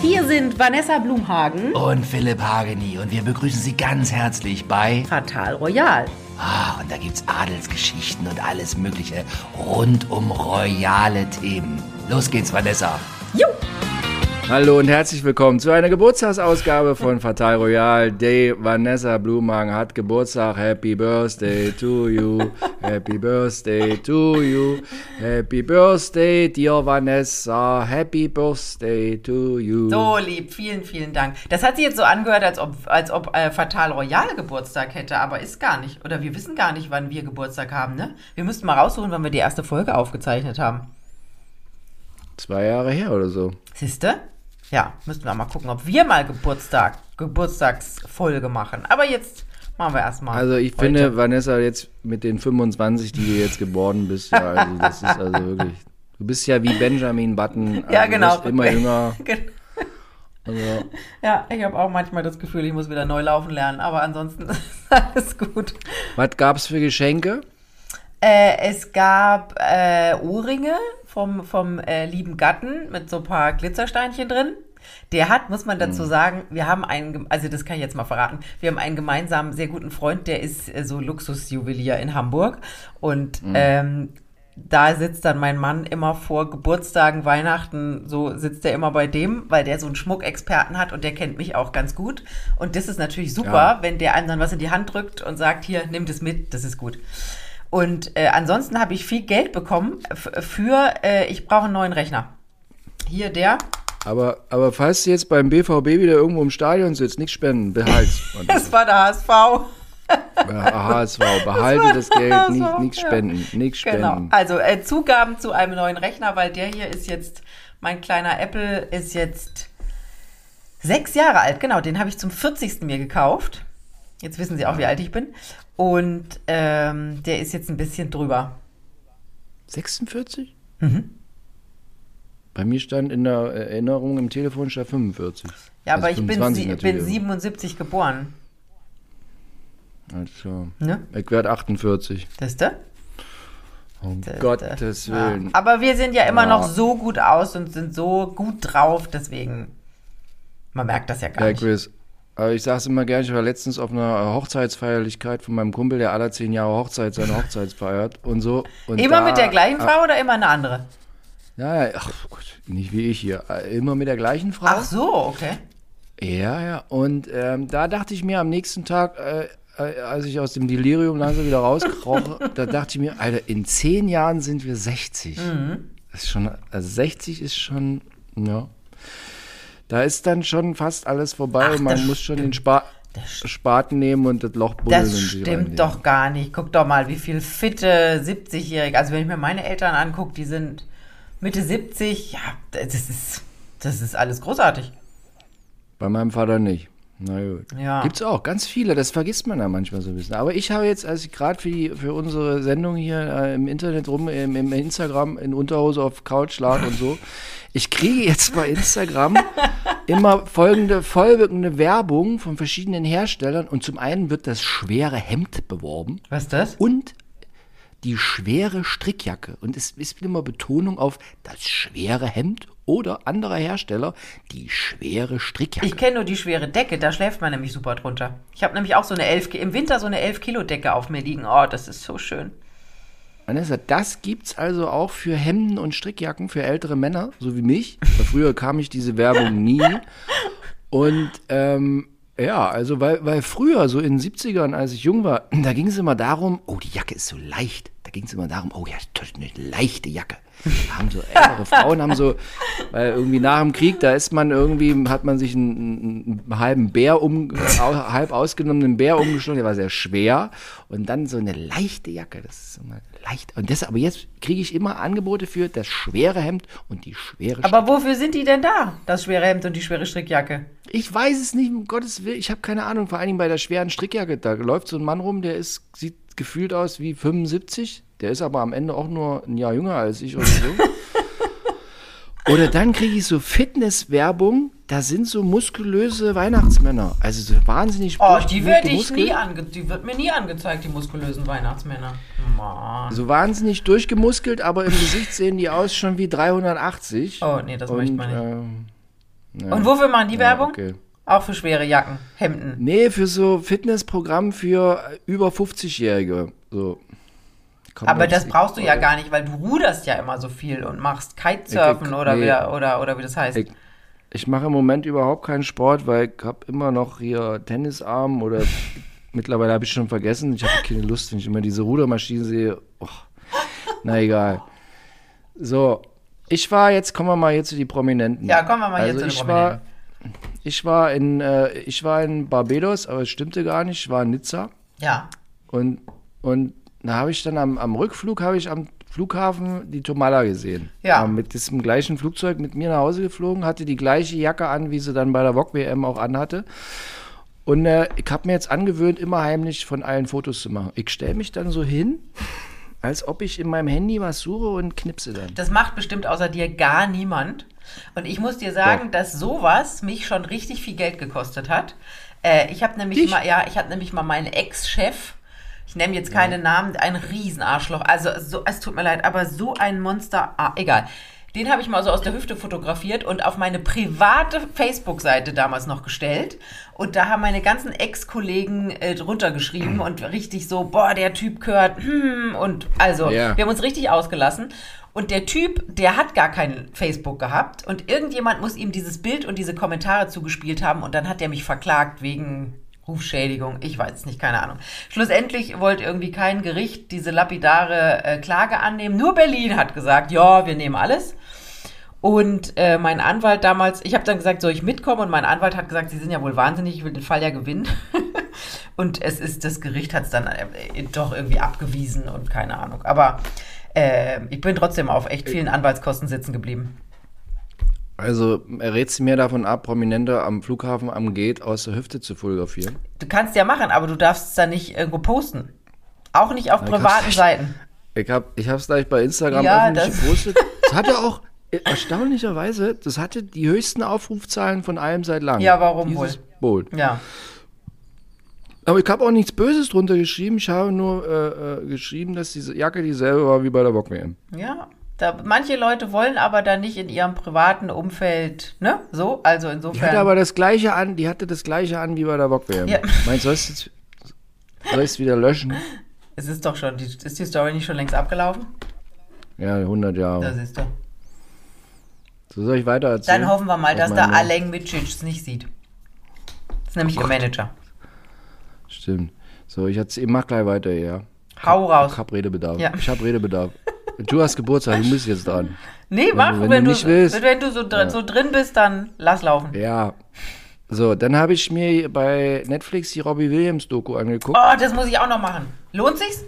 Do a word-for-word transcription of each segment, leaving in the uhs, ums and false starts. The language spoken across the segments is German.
Hier sind Vanessa Blumhagen und Philipp Hageni und wir begrüßen Sie ganz herzlich bei Fatal Royal. Ah, und da gibt's Adelsgeschichten und alles Mögliche rund um royale Themen. Los geht's, Vanessa. Jo! Hallo und herzlich willkommen zu einer Geburtstagsausgabe von Fatal Royal. Day Vanessa Blumhagen hat Geburtstag. Happy Birthday to you. Happy Birthday to you. Happy Birthday, dear Vanessa. Happy Birthday to you. So lieb, vielen, vielen Dank. Das hat sich jetzt so angehört, als ob, als ob äh, Fatal Royal Geburtstag hätte, aber ist gar nicht. Oder wir wissen gar nicht, wann wir Geburtstag haben, ne? Wir müssten mal raussuchen, wann wir die erste Folge aufgezeichnet haben. Zwei Jahre her oder so. Siehste? Ja, müssten wir mal gucken, ob wir mal Geburtstag, Geburtstagsfolge machen. Aber jetzt machen wir erstmal. Also ich heute. finde, Vanessa, jetzt mit den fünfundzwanzig, die du jetzt geboren bist, ja, also das ist also wirklich, du bist ja wie Benjamin Button. Also ja, genau. Du bist immer jünger. Also. Ja, ich habe auch manchmal das Gefühl, ich muss wieder neu laufen lernen, aber ansonsten ist alles gut. Was gab's für Geschenke? Äh, es gab äh, Ohrringe vom, vom äh, lieben Gatten mit so ein paar Glitzersteinchen drin. Der hat, muss man dazu sagen, wir haben einen, also das kann ich jetzt mal verraten, wir haben einen gemeinsamen, sehr guten Freund, der ist äh, so Luxusjuwelier in Hamburg und mhm. ähm, da sitzt dann mein Mann immer vor Geburtstagen, Weihnachten, so sitzt er immer bei dem, weil der so einen Schmuckexperten hat und der kennt mich auch ganz gut und das ist natürlich super, ja. Wenn der einem dann was in die Hand drückt und sagt, hier, nimm das mit, das ist gut. Und äh, ansonsten habe ich viel Geld bekommen f- für, äh, ich brauche einen neuen Rechner. Hier der. Aber, aber falls du jetzt beim B V B wieder irgendwo im Stadion sitzt, nichts spenden, behalt's. Das war der H S V. H S V, behalte das, das Geld, nicht, nichts spenden, nichts spenden. Genau, also äh, Zugaben zu einem neuen Rechner, weil der hier ist jetzt, mein kleiner Apple ist jetzt sechs Jahre alt, genau, den habe ich zum vierzigsten mir gekauft. Jetzt wissen Sie auch, wie alt ich bin. Und ähm, der ist jetzt ein bisschen drüber. sechsundvierzig? Mhm. Bei mir stand in der Erinnerung im Telefon stand fünfundvierzig. Ja, also aber ich bin, sie, bin siebenundsiebzig geboren. Also, ne? Ich werde achtundvierzig. Das du? Um das Gottes Willen. Ja. Aber wir sehen ja immer ja. noch so gut aus und sind so gut drauf, deswegen, man merkt das ja gar ja, nicht. Chris. Aber ich sag's immer gerne, ich war letztens auf einer Hochzeitsfeierlichkeit von meinem Kumpel, der alle zehn Jahre Hochzeit seine Hochzeit feiert und so. Und immer da, mit der gleichen Frau oder immer eine andere? Ja, ja, ach Gott, nicht wie ich hier. Immer mit der gleichen Frau. Ach so, okay. Ja, ja. Und ähm, da dachte ich mir am nächsten Tag, äh, äh, als ich aus dem Delirium langsam wieder rauskroche, da dachte ich mir, Alter, in zehn Jahren sind wir sechzig. Mhm. Das ist schon, also sechzig ist schon, ja. Da ist dann schon fast alles vorbei Ach, und man muss schon den Spa- Spaten nehmen und das Loch buddeln. Das stimmt doch gar nicht. Guck doch mal, wie viel fitte siebzigjährige, also wenn ich mir meine Eltern angucke, die sind Mitte siebzig, ja, das ist, das ist alles großartig. Bei meinem Vater nicht. Na gut. Ja. Gibt's auch, ganz viele, das vergisst man ja manchmal so ein bisschen. Aber ich habe jetzt, als ich gerade für, die, für unsere Sendung hier äh, im Internet rum, im, im Instagram in Unterhose auf Couch lag und so, ich kriege jetzt bei Instagram immer folgende vollwirkende Werbung von verschiedenen Herstellern und zum einen wird das schwere Hemd beworben. Was ist das? Und die schwere Strickjacke. Und es ist immer Betonung auf das schwere Hemd oder anderer Hersteller, die schwere Strickjacke. Ich kenne nur die schwere Decke, da schläft man nämlich super drunter. Ich habe nämlich auch so eine elf, im Winter so eine elf Kilo Decke auf mir liegen. Oh, das ist so schön. Vanessa, das gibt's also auch für Hemden und Strickjacken für ältere Männer, so wie mich. Früher kam ich diese Werbung nie. Und ähm, ja, also weil, weil früher, so in den siebzigern, als ich jung war, da ging es immer darum, oh, die Jacke ist so leicht. Da ging es immer darum, oh ja, das ist eine leichte Jacke. Da haben so ältere Frauen haben so, weil irgendwie nach dem Krieg, da ist man irgendwie, hat man sich einen, einen halben Bär um, halb ausgenommenen Bär umgeschlagen, der war sehr schwer. Und dann so eine leichte Jacke, das ist immer leicht. Und das, aber jetzt kriege ich immer Angebote für das schwere Hemd und die schwere Strickjacke. Aber wofür sind die denn da, das schwere Hemd und die schwere Strickjacke? Ich weiß es nicht, um Gottes Willen, ich habe keine Ahnung, vor allen Dingen bei der schweren Strickjacke, da läuft so ein Mann rum, der ist, sieht gefühlt aus wie fünfundsiebzig, der ist aber am Ende auch nur ein Jahr jünger als ich oder so. Oder dann kriege ich so Fitnesswerbung, da sind so muskulöse Weihnachtsmänner, also so wahnsinnig Oh, die wird, ich gemuskelt. nie ange- die wird mir nie angezeigt, die muskulösen Weihnachtsmänner. Mann. So wahnsinnig durchgemuskelt, aber im Gesicht sehen die aus schon wie dreihundertachtzig. Oh, nee, das und, möchte man nicht. Ähm, Ja. Und wofür machen die Ja, Werbung? okay. Auch für schwere Jacken, Hemden. Nee, für so Fitnessprogramm für über fünfzigjährige. So. Komm, Aber jetzt- das brauchst du ja ich- gar nicht, weil du ruderst ja immer so viel und machst Kitesurfen Ich- oder, nee. wie, oder, oder wie das heißt. Ich, ich mache im Moment überhaupt keinen Sport, weil ich habe immer noch hier Tennisarm oder mittlerweile habe ich schon vergessen. Ich habe keine Lust, wenn ich immer diese Rudermaschinen sehe. Och, na egal. So, ich war, jetzt kommen wir mal hier zu die Prominenten. Ja, kommen wir mal hier also zu den ich Prominenten. war, ich war in, äh, ich war in Barbados, aber es stimmte gar nicht. Ich war in Nizza Ja. und, und da habe ich dann am, am Rückflug, habe ich am Flughafen die Tomala gesehen. Ja. War mit diesem gleichen Flugzeug mit mir nach Hause geflogen, hatte die gleiche Jacke an, wie sie dann bei der V O G W M auch anhatte. Und äh, ich habe mir jetzt angewöhnt, immer heimlich von allen Fotos zu machen. Ich stelle mich dann so hin, als ob ich in meinem Handy was suche und knipse dann. Das macht bestimmt außer dir gar niemand. Und ich muss dir sagen, Doch. dass sowas mich schon richtig viel Geld gekostet hat. Äh, ich habe nämlich Dich? mal, ja, ich hatte nämlich mal meinen Ex-Chef, ich nenne jetzt keine Namen, ein Riesenarschloch. Also so, es tut mir leid, aber so ein Monster, ah, egal. Den habe ich mal so aus der Hüfte fotografiert und auf meine private Facebook-Seite damals noch gestellt. Und da haben meine ganzen Ex-Kollegen äh, drunter geschrieben und richtig so, boah, der Typ gehört, hm, und also, Ja. wir haben uns richtig ausgelassen. Und der Typ, der hat gar kein Facebook gehabt und irgendjemand muss ihm dieses Bild und diese Kommentare zugespielt haben und dann hat er mich verklagt wegen Rufschädigung, ich weiß es nicht, keine Ahnung. Schlussendlich wollte irgendwie kein Gericht diese lapidare äh, Klage annehmen. Nur Berlin hat gesagt, ja, wir nehmen alles. Und äh, mein Anwalt damals, ich habe dann gesagt, soll ich mitkommen? Und mein Anwalt hat gesagt, Sie sind ja wohl wahnsinnig, ich will den Fall ja gewinnen. Und es ist, das Gericht hat es dann äh, doch irgendwie abgewiesen und keine Ahnung. Aber äh, ich bin trotzdem auf echt vielen Anwaltskosten sitzen geblieben. Also rätst du mir davon ab, Prominente am Flughafen am Gate aus der Hüfte zu fotografieren? Du kannst ja machen, aber du darfst es dann nicht irgendwo posten. Auch nicht auf Na, privaten kannst- Seiten. Ich habe ich hab's gleich bei Instagram Ja, öffentlich das- gepostet. Das hatte auch, äh, erstaunlicherweise, das hatte die höchsten Aufrufzahlen von allem seit langem. Ja, warum Dieses wohl? Boot. Ja. Aber ich habe auch nichts Böses drunter geschrieben. Ich habe nur äh, äh, geschrieben, dass diese Jacke dieselbe war wie bei der V O G W M. Ja. Da, manche Leute wollen aber dann nicht in ihrem privaten Umfeld, ne? So, also Die insofern. hatte aber das gleiche an, die hatte das gleiche an wie bei der V O G W M. Ja. Meinst du, sollst du jetzt- soll ich es wieder löschen? Es ist doch schon, die, ist die Story nicht schon längst abgelaufen? Ja, hundert Jahre. Da siehst du. So soll ich weiter erzählen? Dann hoffen wir mal, Auf dass der meinem- Alen Micic es nicht sieht. Das ist nämlich ihr Manager. Stimmt. So, ich, erzähl- ich mach gleich weiter, ja. Hau raus. Ich hab Redebedarf. Ja. Ich hab Redebedarf. Du hast Geburtstag, du bist jetzt dran. Nee, Wenn mach, du- wenn, wenn du du, nicht willst. wenn du so, drin, so drin bist, dann lass laufen. Ja. So, dann habe ich mir bei Netflix die Robbie Williams Doku angeguckt. Oh, das muss ich auch noch machen. Lohnt sich's?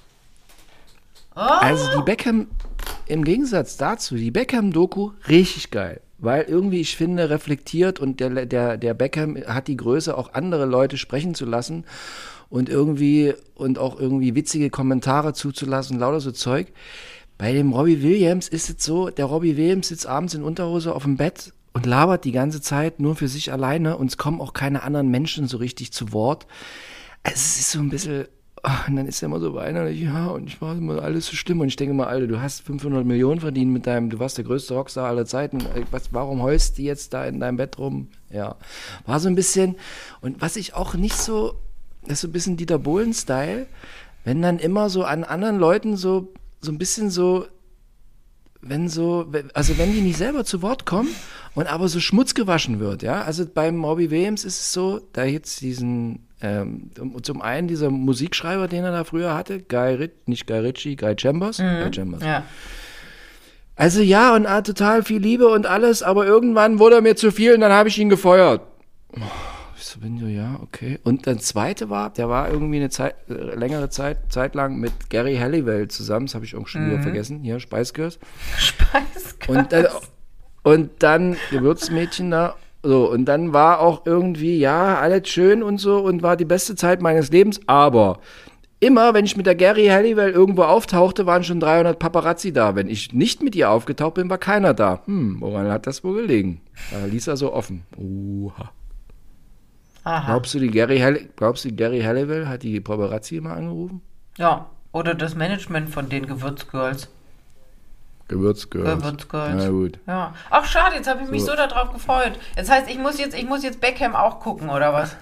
Oh. Also die Beckham, im Gegensatz dazu, die Beckham-Doku, richtig geil. Weil irgendwie, ich finde, reflektiert und der, der, der Beckham hat die Größe, auch andere Leute sprechen zu lassen und irgendwie, und auch irgendwie witzige Kommentare zuzulassen, lauter so Zeug. Bei dem Robbie Williams ist es so, der Robbie Williams sitzt abends in Unterhose auf dem Bett und labert die ganze Zeit nur für sich alleine und es kommen auch keine anderen Menschen so richtig zu Wort. Also es ist so ein bisschen, ach, und dann ist er immer so weinerlich, ja, und ich war immer alles so schlimm. Und ich denke mal, Alter, du hast fünfhundert Millionen verdient mit deinem, du warst der größte Rockstar aller Zeiten. Was, warum heulst du jetzt da in deinem Bett rum? Ja, war so ein bisschen, und was ich auch nicht so, das ist so ein bisschen Dieter Bohlen-Style, wenn dann immer so an anderen Leuten so, so ein bisschen so, wenn so, also wenn die nicht selber zu Wort kommen und aber so Schmutz gewaschen wird, ja. Also beim Robbie Williams ist es so, da jetzt diesen, ähm, zum einen dieser Musikschreiber, den er da früher hatte, Guy Ritchie, nicht Guy Ritchie, Guy Chambers, Guy Chambers. Ja. Also ja, und ah, total viel Liebe und alles, aber irgendwann wurde er mir zu viel und dann habe ich ihn gefeuert. Oh, ich so bin so, ja, okay. Und der zweite war, der war irgendwie eine Zeit, äh, längere Zeit, Zeit lang mit Gary Halliwell zusammen, das habe ich auch schon wieder vergessen, hier, Spice Girls. Speisgast. Und dann, und dann Gewürzmädchen da, so, und dann war auch irgendwie, ja, alles schön und so und war die beste Zeit meines Lebens, aber immer, wenn ich mit der Gary Halliwell irgendwo auftauchte, waren schon dreihundert Paparazzi da. Wenn ich nicht mit ihr aufgetaucht bin, war keiner da. Hm, woran hat das wohl gelegen? Da ließ er so offen. Uha. Aha. Glaubst du, die Gary, Halli- glaubst du, die Gary Halliwell hat die Paparazzi immer angerufen? Ja, oder das Management von den Gewürzgirls. Gewürzgirls. Gewürzgirls. Na gut. Ja. Ach schade, jetzt habe ich mich So. so darauf gefreut. Das heißt, ich muss jetzt, ich muss jetzt Beckham auch gucken, oder was?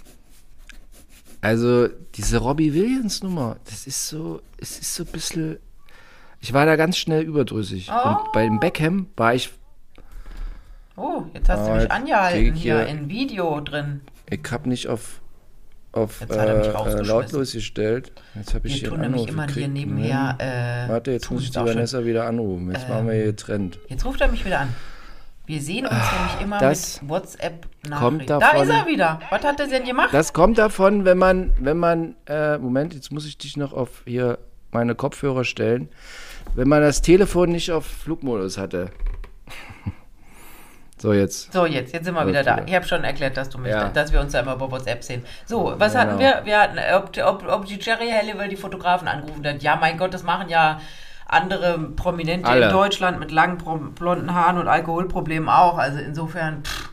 Also, diese Robbie Williams-Nummer, das ist so, es ist so ein bisschen. Ich war da ganz schnell überdrüssig. Oh. Und bei dem Beckham war ich. Oh, jetzt hast du Ah, mich jetzt angehalten krieg ich hier hier- in Video drin. Ich hab nicht auf, auf Jetzt hat er mich äh, äh, rausgeschmissen. lautlos gestellt. Jetzt habe ich Wir hier tun einen nämlich Anruf immer hier gekriegt. nebenher. Moment. Äh, Warte, jetzt zu, muss ich ist die auch schön. Vanessa wieder anrufen. Jetzt waren wir hier getrennt. Jetzt ruft er mich wieder an. Wir sehen uns nämlich immer das mit WhatsApp-Nachrichten. kommt Da davon- ist er wieder. Was hat er denn gemacht? Das kommt davon, wenn man, wenn man, äh, Moment, jetzt muss ich dich noch auf hier meine Kopfhörer stellen, wenn man das Telefon nicht auf Flugmodus hatte. So, jetzt. So, jetzt, jetzt sind wir Alles wieder da. wieder. Ich habe schon erklärt, dass du mich, Ja. dass wir uns da immer bei WhatsApp sehen. So, was Genau. hatten wir? Wir hatten, ob, ob, ob die Jerry Halliwell die Fotografen angerufen hat. Ja, mein Gott, das machen ja andere Prominente Alle. in Deutschland mit langen bro- blonden Haaren und Alkoholproblemen auch. Also insofern, pff,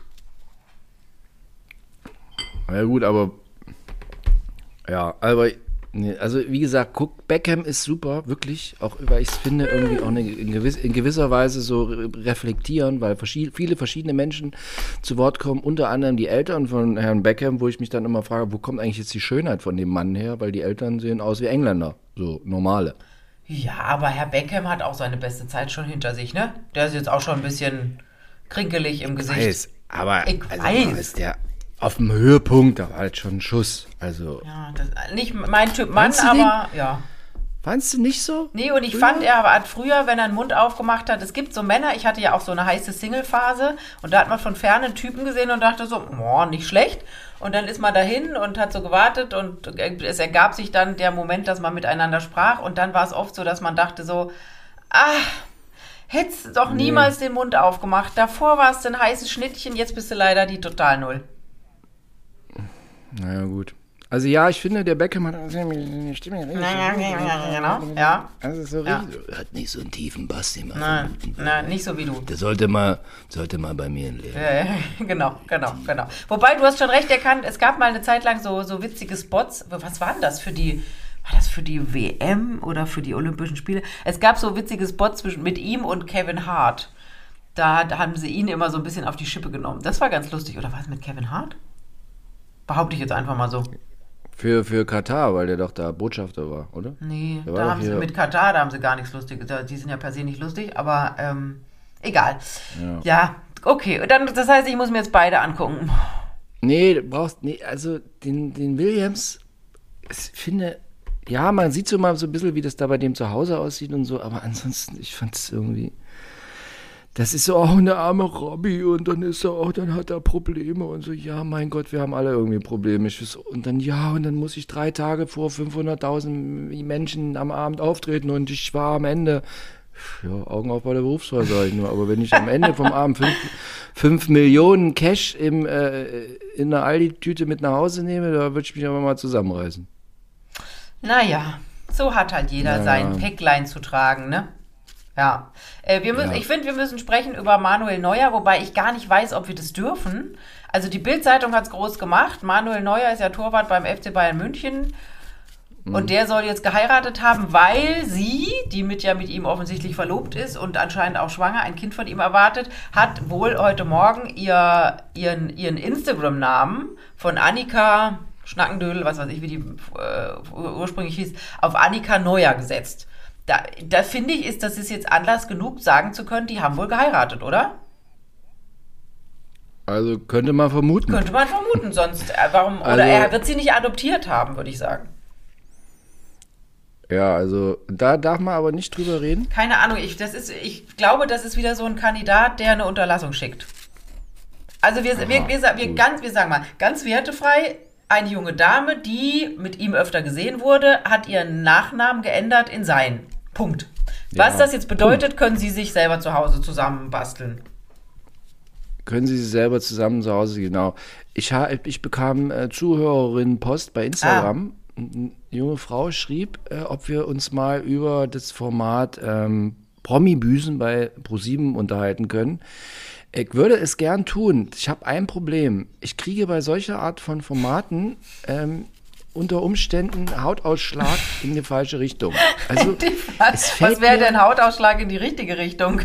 Ja gut, aber ja, aber nee, also wie gesagt, guck, Beckham ist super, wirklich, auch weil ich es finde, irgendwie auch eine, in, gewiss, in gewisser Weise so re- reflektieren, weil verschi- viele verschiedene Menschen zu Wort kommen, unter anderem die Eltern von Herrn Beckham, wo ich mich dann immer frage, wo kommt eigentlich jetzt die Schönheit von dem Mann her, weil die Eltern sehen aus wie Engländer, so normale. ja, aber Herr Beckham hat auch seine beste Zeit schon hinter sich, ne? Der ist jetzt auch schon ein bisschen krinkelig im Gesicht. Weiß, aber Ich also, weiß. ist der auf dem Höhepunkt, da war halt schon ein Schuss, also Ja, das, nicht mein Typ Mann, Fandst du den? aber ja. fandst du nicht so? Nee, und ich fand, er hat früher, wenn er den Mund aufgemacht hat, es gibt so Männer, ich hatte ja auch so eine heiße Single-Phase und da hat man von ferne einen Typen gesehen und dachte so, boah, nicht schlecht. Und dann ist man dahin und hat so gewartet und es ergab sich dann der Moment, dass man miteinander sprach und dann war es oft so, dass man dachte so, ah, hättest doch niemals den Mund aufgemacht. Davor war es ein heißes Schnittchen, jetzt bist du leider die Total Null. Naja, gut. Also ja, ich finde, der Beckham hat eine Stimme. Genau, ja. Also so Ja. richtig. Hat nicht so einen tiefen Bass immer. Nein, nein, nicht so wie du. Der sollte mal, sollte mal bei mir leben. Äh, genau, genau, genau. Wobei, du hast schon recht erkannt, es gab mal eine Zeit lang so, so witzige Spots. Was waren das für die, war das für die W M oder für die Olympischen Spiele? Es gab so witzige Spots zwischen, mit ihm und Kevin Hart. Da, da haben sie ihn immer so ein bisschen auf die Schippe genommen. Das war ganz lustig. Oder war es mit Kevin Hart? Behaupte ich jetzt einfach mal so. Für, für Katar, weil der doch da Botschafter war, oder? Nee, Der war da doch haben sie hier- mit Katar, da haben sie gar nichts Lustiges. Da- Die sind ja per se nicht lustig, aber ähm, egal. Ja. Ja, okay. Und dann, das heißt, ich muss mir jetzt beide angucken. Nee, du brauchst, nee, also den, den Williams, ich finde, ja, man sieht so mal so ein bisschen, wie das da bei dem zu Hause aussieht und so, aber ansonsten, ich fand es irgendwie, das ist so auch eine arme Robbie und dann ist er auch, dann hat er Probleme und so, ja, mein Gott, wir haben alle irgendwie Probleme. Ich weiß, und dann, ja, und dann muss ich drei Tage vor fünfhunderttausend Menschen am Abend auftreten und ich war am Ende, ja, Augen auf bei der Berufswahl, sage ich nur, aber wenn ich am Ende vom Abend fünf, fünf Millionen Cash im, äh, in einer Aldi-Tüte mit nach Hause nehme, da würde ich mich aber mal zusammenreißen. Naja, so hat halt jeder Ja. sein Päcklein zu tragen, ne? Ja. Äh, wir müssen, Ja. Ich finde, wir müssen sprechen über Manuel Neuer, wobei ich gar nicht weiß, ob wir das dürfen. Also die Bild-Zeitung hat es groß gemacht. Manuel Neuer ist ja Torwart beim F C Bayern München. Und der soll jetzt geheiratet haben, weil sie, die mit ja mit ihm offensichtlich verlobt ist und anscheinend auch schwanger, ein Kind von ihm erwartet, hat wohl heute Morgen ihr, ihren, ihren Instagram-Namen von Annika Schnackendödel, was weiß ich, wie die äh, ursprünglich hieß, auf Annika Neuer gesetzt. Da, da finde ich, ist das ist jetzt Anlass genug, sagen zu können, die haben wohl geheiratet, oder? Also könnte man vermuten. Könnte man vermuten, sonst äh, warum, Also- oder er wird sie nicht adoptiert haben, würde ich sagen. Ja, also da darf man aber nicht drüber reden. Keine Ahnung, ich, das ist, ich glaube, das ist wieder so ein Kandidat, der eine Unterlassung schickt. Also wir, wir, wir, wir, wir, gut. ganz, wir sagen mal, ganz wertefrei, eine junge Dame, die mit ihm öfter gesehen wurde, hat ihren Nachnamen geändert in sein. Punkt. Was Ja, das jetzt bedeutet, können Sie sich selber zu Hause zusammenbasteln. Können Sie sich selber zusammen zu Hause, genau. Ich, ha, ich bekam äh, Zuhörerinnen-Post bei Instagram. Eine junge Frau schrieb, äh, ob wir uns mal über das Format ähm, Promi-Büßen bei ProSieben unterhalten können. Ich würde es gern tun. Ich habe ein Problem. Ich kriege bei solcher Art von Formaten ähm, unter Umständen Hautausschlag in die falsche Richtung. Also, es fällt Was wäre mir- denn Hautausschlag in die richtige Richtung?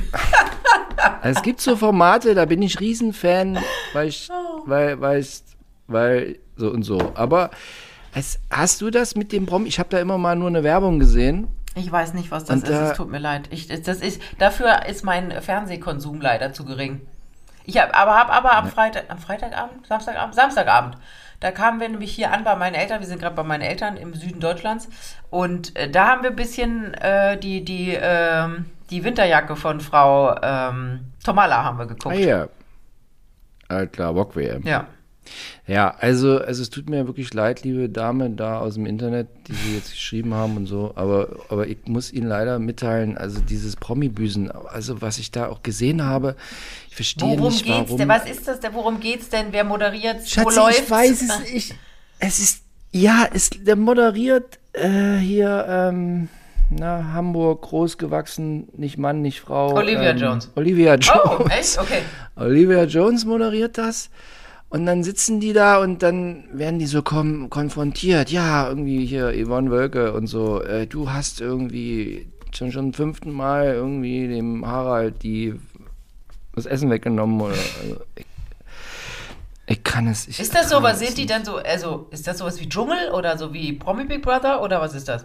Es gibt so Formate, da bin ich Riesenfan, weil ich, Oh. weil, weil, ich, weil, so und so. Aber es, hast du das mit dem Promi? Ich habe da immer mal nur eine Werbung gesehen. Ich weiß nicht, was das Und, ist. äh, Es tut mir leid. Ich, das ist, dafür ist mein Fernsehkonsum leider zu gering. Ich habe aber, hab aber am Freitag, am Freitagabend, Samstagabend, Samstagabend, da kamen wir nämlich hier an bei meinen Eltern. Wir sind gerade bei meinen Eltern im Süden Deutschlands. Und äh, da haben wir ein bisschen äh, die, die, ähm, die Winterjacke von Frau ähm, Tomala haben wir geguckt. Ah ja. Alt klar, Wok-W M. Ja. Ja, also, also es tut mir wirklich leid, liebe Dame da aus dem Internet, die Sie jetzt geschrieben haben und so, aber, aber ich muss Ihnen leider mitteilen, also dieses Promi-Büsen, also was ich da auch gesehen habe, ich verstehe Worum nicht, geht's warum. denn? Was ist das denn? Worum geht's denn? Wer moderiert? Wo Schatzi, läuft's? ich weiß es nicht. Es ist, ja, es, der moderiert äh, hier, ähm, na, Hamburg, groß gewachsen, nicht Mann, nicht Frau. Olivia ähm, Jones. Olivia Jones. Oh, echt? Okay. Olivia Jones moderiert das. Und dann sitzen die da und dann werden die so kom- konfrontiert. Ja, irgendwie hier Yvonne Wölke und so. Äh, du hast irgendwie schon schon zum fünften Mal irgendwie dem Harald die das Essen weggenommen. Oder, also, ich, ich kann es. Ich Ist das kann so? Was es sind die nicht. denn so? Also, ist das sowas wie Dschungel oder so wie Promi Big Brother oder was ist das?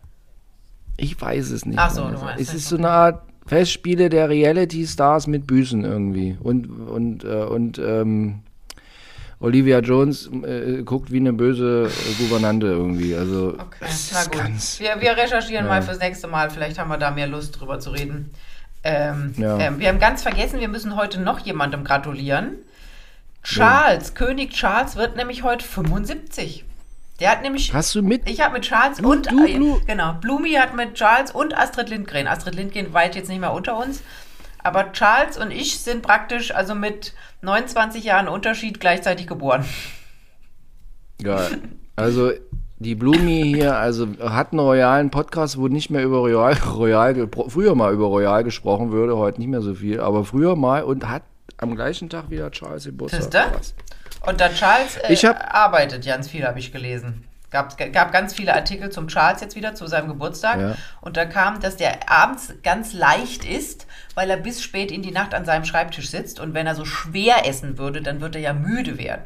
Ich weiß es nicht. Ach so, Vanessa. du meinst Es nicht. ist so eine Art Festspiele der Reality-Stars mit Büßen irgendwie. Und, und, äh, und ähm, Olivia Jones äh, guckt wie eine böse äh, Gouvernante irgendwie. Also, Okay, es na ist gut. ganz. Wir, wir recherchieren Ja. mal fürs nächste Mal. Vielleicht haben wir da mehr Lust drüber zu reden. Ähm, Ja. ähm, wir haben ganz vergessen, wir müssen heute noch jemandem gratulieren. Charles, König Charles wird nämlich heute fünfundsiebzig. Der hat nämlich. Hast du mit? Ich habe mit Charles Du- und du- äh, du- genau, Blumi hat mit Charles und Astrid Lindgren. Astrid Lindgren weit jetzt nicht mehr unter uns, aber Charles und ich sind praktisch also mit neunundzwanzig Jahren Unterschied gleichzeitig geboren. Geil. Also die Blumi hier, also hat einen royalen Podcast, wo nicht mehr über Royal, Royal gepro- früher mal über Royal gesprochen würde, heute nicht mehr so viel, aber früher mal und hat am gleichen Tag wieder Charles Geburtstag. Siehste? Krass. Und der Charles äh, Ich hab- arbeitet ganz viel, habe ich gelesen. Gab, gab ganz viele Artikel zum Charles jetzt wieder, zu seinem Geburtstag. Ja. Und da kam, dass der abends ganz leicht isst, weil er bis spät in die Nacht an seinem Schreibtisch sitzt. Und wenn er so schwer essen würde, dann würde er ja müde werden.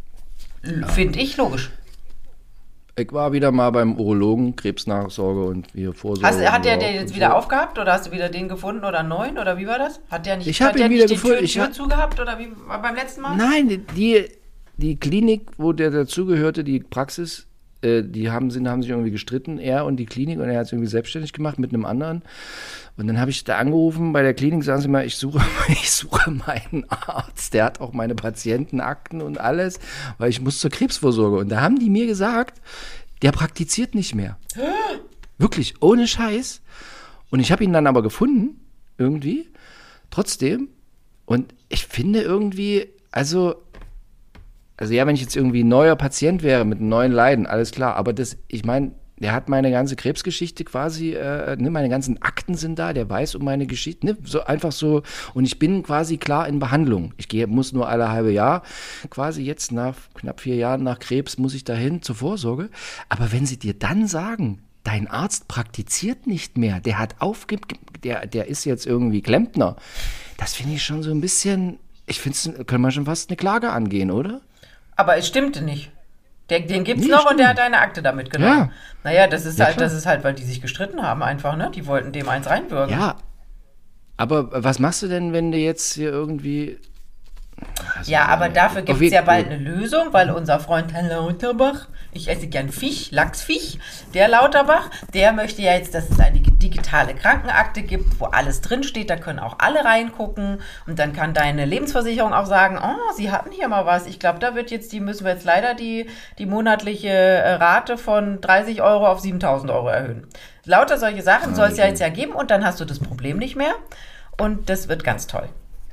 Finde ich logisch. Ich war wieder mal beim Urologen, Krebsnachsorge und wir Vorsorge. Hast, hat der und den so. jetzt wieder aufgehabt oder hast du wieder den gefunden oder einen neuen oder wie war das? Hat der nicht, Ich hab hat der ihn nicht wieder die gefunden. Tür, Ich Tür hab- zugehabt oder wie war beim letzten Mal? Nein, die- die, die Klinik, wo der dazugehörte, die Praxis, äh, die haben, sind, haben sich irgendwie gestritten, er und die Klinik, und er hat es irgendwie selbstständig gemacht mit einem anderen. Und dann habe ich da angerufen bei der Klinik, sagen sie mal, ich suche, ich suche meinen Arzt, der hat auch meine Patientenakten und alles, weil ich muss zur Krebsvorsorge. Und da haben die mir gesagt, der praktiziert nicht mehr. Wirklich, ohne Scheiß. Und ich habe ihn dann aber gefunden, irgendwie, trotzdem. Und ich finde irgendwie, also, also ja, wenn ich jetzt irgendwie ein neuer Patient wäre mit einem neuen Leiden, alles klar. Aber das, ich meine, der hat meine ganze Krebsgeschichte quasi, äh, ne, meine ganzen Akten sind da, der weiß um meine Geschichte, ne, so einfach so. Und ich bin quasi klar in Behandlung. Ich gehe, muss nur alle halbe Jahr, quasi jetzt nach knapp vier Jahren nach Krebs, muss ich dahin zur Vorsorge. Aber wenn sie dir dann sagen, dein Arzt praktiziert nicht mehr, der hat aufge, der, der ist jetzt irgendwie Klempner, das finde ich schon so ein bisschen, ich finde es, können wir schon fast eine Klage angehen, oder? Aber es stimmte nicht. Der, den gibt's Nee, noch stimmt. und der hat deine Akte damit genommen. Ja. Naja, das ist Ja, halt, klar. das ist halt, weil die sich gestritten haben einfach, ne? Die wollten dem eins reinbürgen. Ja, aber was machst du denn, wenn du jetzt hier irgendwie... Also, Ja, aber dafür auf gibt es jeden- ja bald eine Lösung, weil unser Freund Herr Lauterbach, ich esse gern Fisch, Lachsfisch, der Lauterbach, der möchte ja jetzt, dass es eine digitale Krankenakte gibt, wo alles drinsteht, da können auch alle reingucken und dann kann deine Lebensversicherung auch sagen, oh, sie hatten hier mal was, ich glaube, da wird jetzt, die müssen wir jetzt leider die, die monatliche äh, Rate von dreißig Euro auf siebentausend Euro erhöhen. Lauter solche Sachen soll es ja jetzt ja geben und dann hast du das Problem nicht mehr und das wird ganz toll.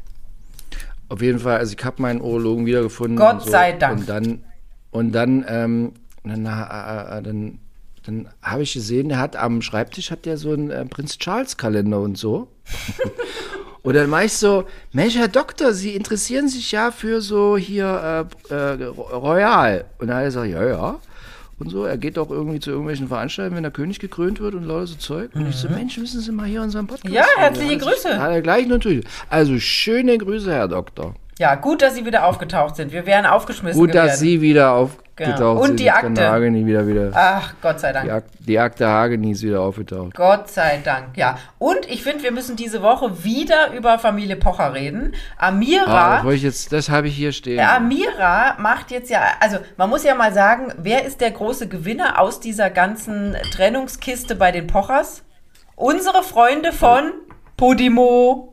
Auf jeden Fall, also ich habe meinen Urologen wiedergefunden. Gott und so, sei Dank. Und dann, und dann, ähm, dann, äh, äh, dann, dann habe ich gesehen, der hat am Schreibtisch hat der so einen äh, Prinz Charles Kalender und so. Und dann war ich so, Mensch, Herr Doktor, Sie interessieren sich ja für so hier äh, äh, Royal. Und dann hat er gesagt, ja, ja. und so. Er geht auch irgendwie zu irgendwelchen Veranstaltungen, wenn der König gekrönt wird und lauter so Zeug. Und mhm. ich so, Mensch, müssen Sie mal hier unseren Podcast Ja, herzliche Grüße. Hat er gleich natürlich. Also schöne Grüße, Herr Doktor. Ja, gut, dass Sie wieder aufgetaucht sind. Wir wären aufgeschmissen Gut, gewesen. dass Sie wieder aufgetaucht genau. Und sind. die Akte. Hageni wieder, wieder. Ach, Gott sei Dank. Die, Ak die Akte Hageni ist wieder aufgetaucht. Gott sei Dank, ja. Und ich finde, wir müssen diese Woche wieder über Familie Pocher reden. Amira. Ah, das, ich jetzt, das habe ich hier stehen. Ja, Amira macht jetzt ja, also man muss ja mal sagen, wer ist der große Gewinner aus dieser ganzen Trennungskiste bei den Pochers? Unsere Freunde von Podimo.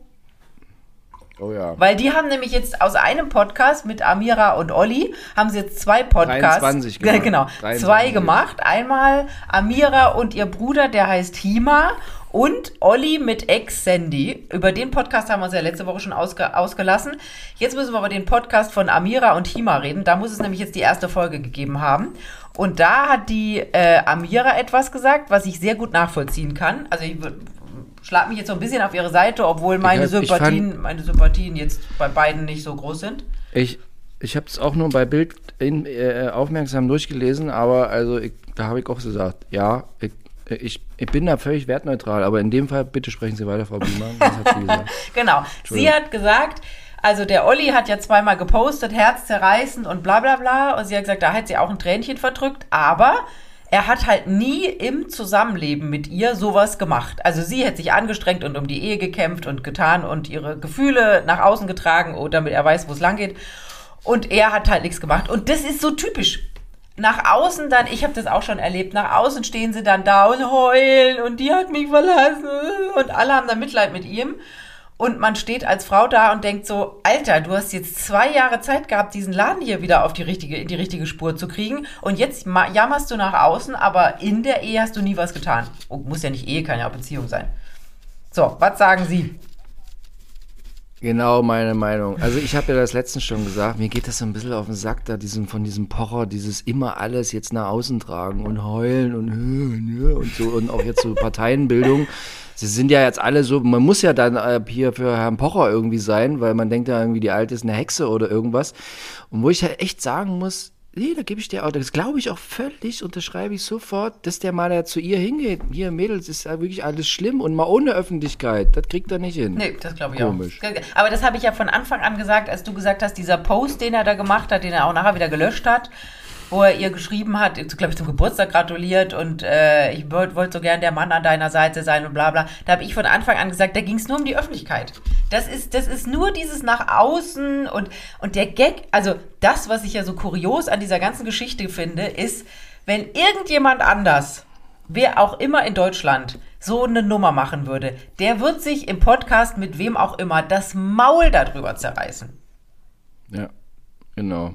Oh ja. Weil die haben nämlich jetzt aus einem Podcast mit Amira und Olli, haben sie jetzt zwei Podcasts. dreiundzwanzig gemacht. Genau, dreiundzwanzig. Zwei gemacht. Einmal Amira und ihr Bruder, der heißt Hima. Und Olli mit Ex-Sandy. Über den Podcast haben wir uns ja letzte Woche schon ausge ausgelassen. Jetzt müssen wir über den Podcast von Amira und Hima reden. Da muss es nämlich jetzt die erste Folge gegeben haben. Und da hat die äh, Amira etwas gesagt, was ich sehr gut nachvollziehen kann. Also ich würde... Schlag mich jetzt so ein bisschen auf ihre Seite, obwohl meine, ich hab, Sympathien, ich fand, meine Sympathien jetzt bei beiden nicht so groß sind. Ich, ich habe es auch nur bei Bild in, äh, aufmerksam durchgelesen, aber also ich, da habe ich auch gesagt, ja, ich, ich, ich bin da völlig wertneutral, aber in dem Fall, bitte sprechen Sie weiter, Frau Biemann. Was hat sie gesagt? Genau, sie hat gesagt, also der Olli hat ja zweimal gepostet, herzzerreißend und bla bla bla, und sie hat gesagt, da hat sie auch ein Tränchen verdrückt, aber... Er hat halt nie im Zusammenleben mit ihr sowas gemacht. Also sie hat sich angestrengt und um die Ehe gekämpft und getan und ihre Gefühle nach außen getragen, damit er weiß, wo es lang geht. Und er hat halt nichts gemacht. Und das ist so typisch. Nach außen dann, ich habe das auch schon erlebt, nach außen stehen sie dann da und heulen und die hat mich verlassen und alle haben dann Mitleid mit ihm. Und man steht als Frau da und denkt so, Alter, du hast jetzt zwei Jahre Zeit gehabt, diesen Laden hier wieder auf die richtige, in die richtige Spur zu kriegen. Und jetzt jammerst du nach außen, aber in der Ehe hast du nie was getan. Oh, muss ja nicht Ehe, kann ja auch Beziehung sein. So, was sagen Sie? Genau meine Meinung. Also ich habe ja das letztens schon gesagt, mir geht das so ein bisschen auf den Sack, da diesem, von diesem Pocher, dieses immer alles jetzt nach außen tragen und heulen und, und so und auch jetzt so Parteienbildung. Sie sind ja jetzt alle so, man muss ja dann äh, hier für Herrn Pocher irgendwie sein, weil man denkt ja irgendwie, die Alte ist eine Hexe oder irgendwas. Und wo ich halt echt sagen muss, nee, da gebe ich dir auch, das glaube ich auch völlig, unterschreibe ich sofort, dass der mal da zu ihr hingeht. Hier, Mädels, ist ja wirklich alles schlimm und mal ohne Öffentlichkeit, das kriegt er nicht hin. Nee, das glaube ich Komisch. auch. Aber das habe ich ja von Anfang an gesagt, als du gesagt hast, dieser Post, den er da gemacht hat, den er auch nachher wieder gelöscht hat, wo er ihr geschrieben hat, glaube ich, zum Geburtstag gratuliert und äh, ich wollte wollt so gern der Mann an deiner Seite sein und bla bla. Da habe ich von Anfang an gesagt, da ging es nur um die Öffentlichkeit. Das ist, das ist nur dieses nach außen und, und der Gag, also das, was ich ja so kurios an dieser ganzen Geschichte finde, ist, wenn irgendjemand anders, wer auch immer in Deutschland, so eine Nummer machen würde, der wird sich im Podcast mit wem auch immer das Maul darüber zerreißen. Ja, genau.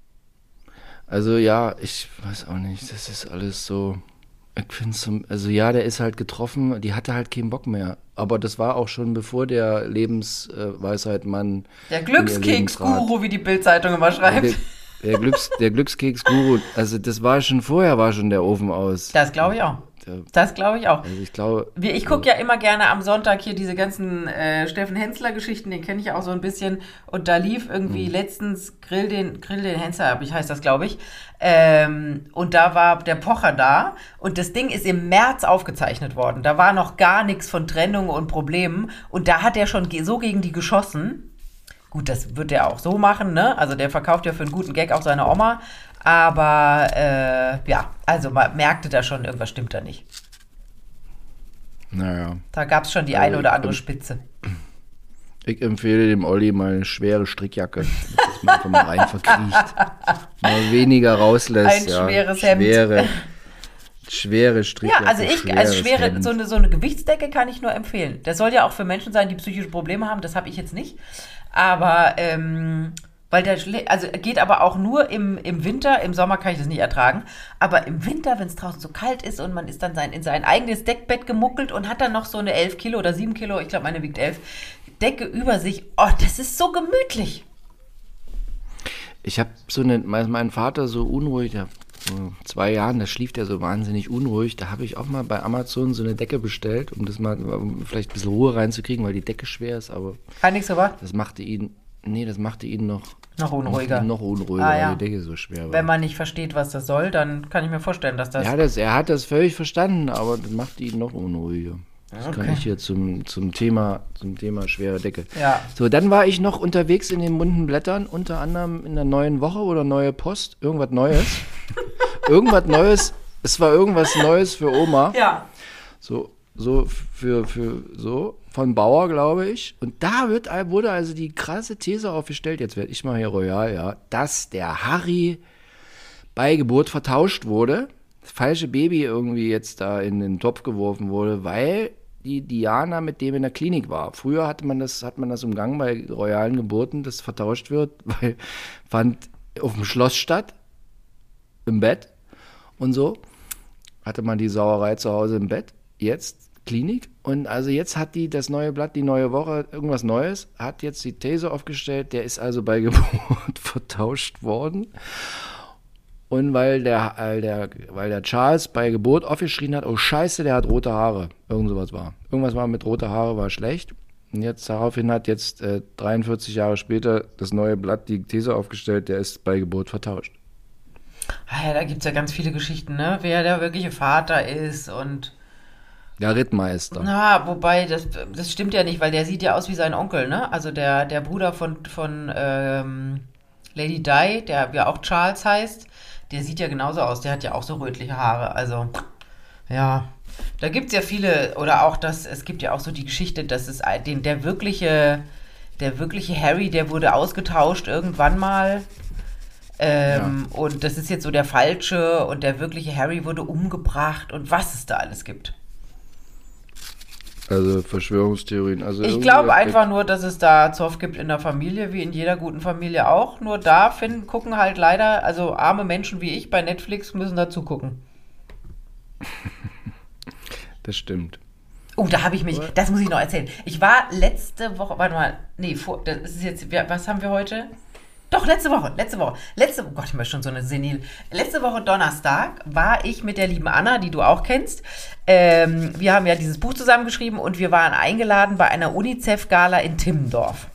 Also ja, ich weiß auch nicht, das ist alles so, ich finde es so, also ja, der ist halt getroffen, die hatte halt keinen Bock mehr. Aber das war auch schon bevor der Lebensweisheit Mann. Der Glückskeks-Guru, wie die Bild-Zeitung immer schreibt. Der, der, Glücks, der Glückskeks-Guru, also das war schon vorher, war schon der Ofen aus. Das glaube ich auch. Das glaube ich auch. Also ich glaube, ich gucke ja immer gerne am Sonntag hier diese ganzen äh, Steffen Hensler-Geschichten, den kenne ich ja auch so ein bisschen. Und da lief irgendwie mhm. letztens Grill den, Grill den Hensler, heißt das, glaube ich. Ähm, und da war der Pocher da. Und das Ding ist im März aufgezeichnet worden. Da war noch gar nichts von Trennung und Problemen. Und da hat er schon so gegen die geschossen. Gut, das wird er auch so machen, ne? Also der verkauft ja für einen guten Gag auch seine Oma. Aber, äh, ja, also man merkte da schon, irgendwas stimmt da nicht. Naja. Da gab es schon die also eine oder andere ich, Spitze. Ich empfehle dem Olli mal eine schwere Strickjacke, dass man einfach mal rein verkriecht. Mal weniger rauslässt. Ein ja. schweres Hemd. Schwere, schwere Strickjacke. Ja, also ich, als schwere, so eine, so eine Gewichtsdecke kann ich nur empfehlen. Das soll ja auch für Menschen sein, die psychische Probleme haben, das habe ich jetzt nicht. Aber, ähm... Weil der also geht aber auch nur im, im Winter, im Sommer kann ich das nicht ertragen, aber im Winter, wenn es draußen so kalt ist und man ist dann sein, in sein eigenes Deckbett gemuckelt und hat dann noch so eine elf Kilo oder sieben Kilo, ich glaube meine wiegt elf, Decke über sich, oh, das ist so gemütlich. Ich habe so eine, mein Vater so unruhig, der vor zwei Jahren, da schlief der so wahnsinnig unruhig, da habe ich auch mal bei Amazon so eine Decke bestellt, um das mal, um vielleicht ein bisschen Ruhe reinzukriegen, weil die Decke schwer ist, aber Kann nichts so was? das machte ihn... nee, das machte ihn noch, Noch unruhiger. machte ihn noch unruhiger, Ah, ja. weil die Decke so schwer war. Wenn man nicht versteht, was das soll, dann kann ich mir vorstellen, dass das... Ja, das, er hat das völlig verstanden, aber das machte ihn noch unruhiger. Das kann Okay. ich hier zum, zum, Thema, zum Thema schwere Decke. Ja. So, dann war ich noch unterwegs in den bunten Blättern, unter anderem in der Neuen Woche oder Neue Post, irgendwas Neues. irgendwas Neues, es war irgendwas Neues für Oma. Ja. So, so für, für so von Bauer, glaube ich. Und da wird, wurde also die krasse These aufgestellt, jetzt werde ich mal hier royal, ja, dass der Harry bei Geburt vertauscht wurde, das falsche Baby irgendwie jetzt da in den Topf geworfen wurde, weil die Diana mit dem in der Klinik war. Früher hatte man das, hat man das umgangen bei royalen Geburten, dass vertauscht wird, weil fand auf dem Schloss statt, im Bett und so. Hatte man die Sauerei zu Hause im Bett, jetzt Klinik. Und also jetzt hat die, das neue Blatt, die Neue Woche, irgendwas Neues, hat jetzt die These aufgestellt, der ist also bei Geburt vertauscht worden. Und weil der, weil der, weil der Charles bei Geburt aufgeschrien hat, oh Scheiße, der hat rote Haare. Irgend sowas war. Irgendwas war mit rote Haare, war schlecht. Und jetzt daraufhin hat jetzt äh, dreiundvierzig Jahre später das neue Blatt die These aufgestellt, der ist bei Geburt vertauscht. Ah ja, da gibt es ja ganz viele Geschichten, ne? Wer der wirkliche Vater ist und... Der Rittmeister. Na, wobei, das, das stimmt ja nicht, weil der sieht ja aus wie sein Onkel, ne? Also der, der Bruder von, von ähm, Lady Di, der ja auch Charles heißt, der sieht ja genauso aus. Der hat ja auch so rötliche Haare. Also, ja, da gibt es ja viele, oder auch das, es gibt ja auch so die Geschichte, dass es ein- den, der wirkliche, der wirkliche Harry, der wurde ausgetauscht irgendwann mal. Ähm, Und das ist jetzt so der falsche und der wirkliche Harry wurde umgebracht und was es da alles gibt. Also Verschwörungstheorien. Also Ich irgendwie glaube das- einfach nur, dass es da Zoff gibt in der Familie, wie in jeder guten Familie auch. Nur da finden, gucken halt leider, also arme Menschen wie ich bei Netflix müssen da zugucken. Das stimmt. Oh, da habe ich mich, das muss ich noch erzählen. Ich war letzte Woche, warte mal, nee, vor, das ist jetzt, wir- was haben wir heute? Doch, letzte Woche, letzte Woche, letzte, oh Gott, ich bin schon so eine Senil. Letzte Woche Donnerstag war ich mit der lieben Anna, die du auch kennst. Ähm, wir haben ja dieses Buch zusammengeschrieben und wir waren eingeladen bei einer UNICEF-Gala in Timmendorf.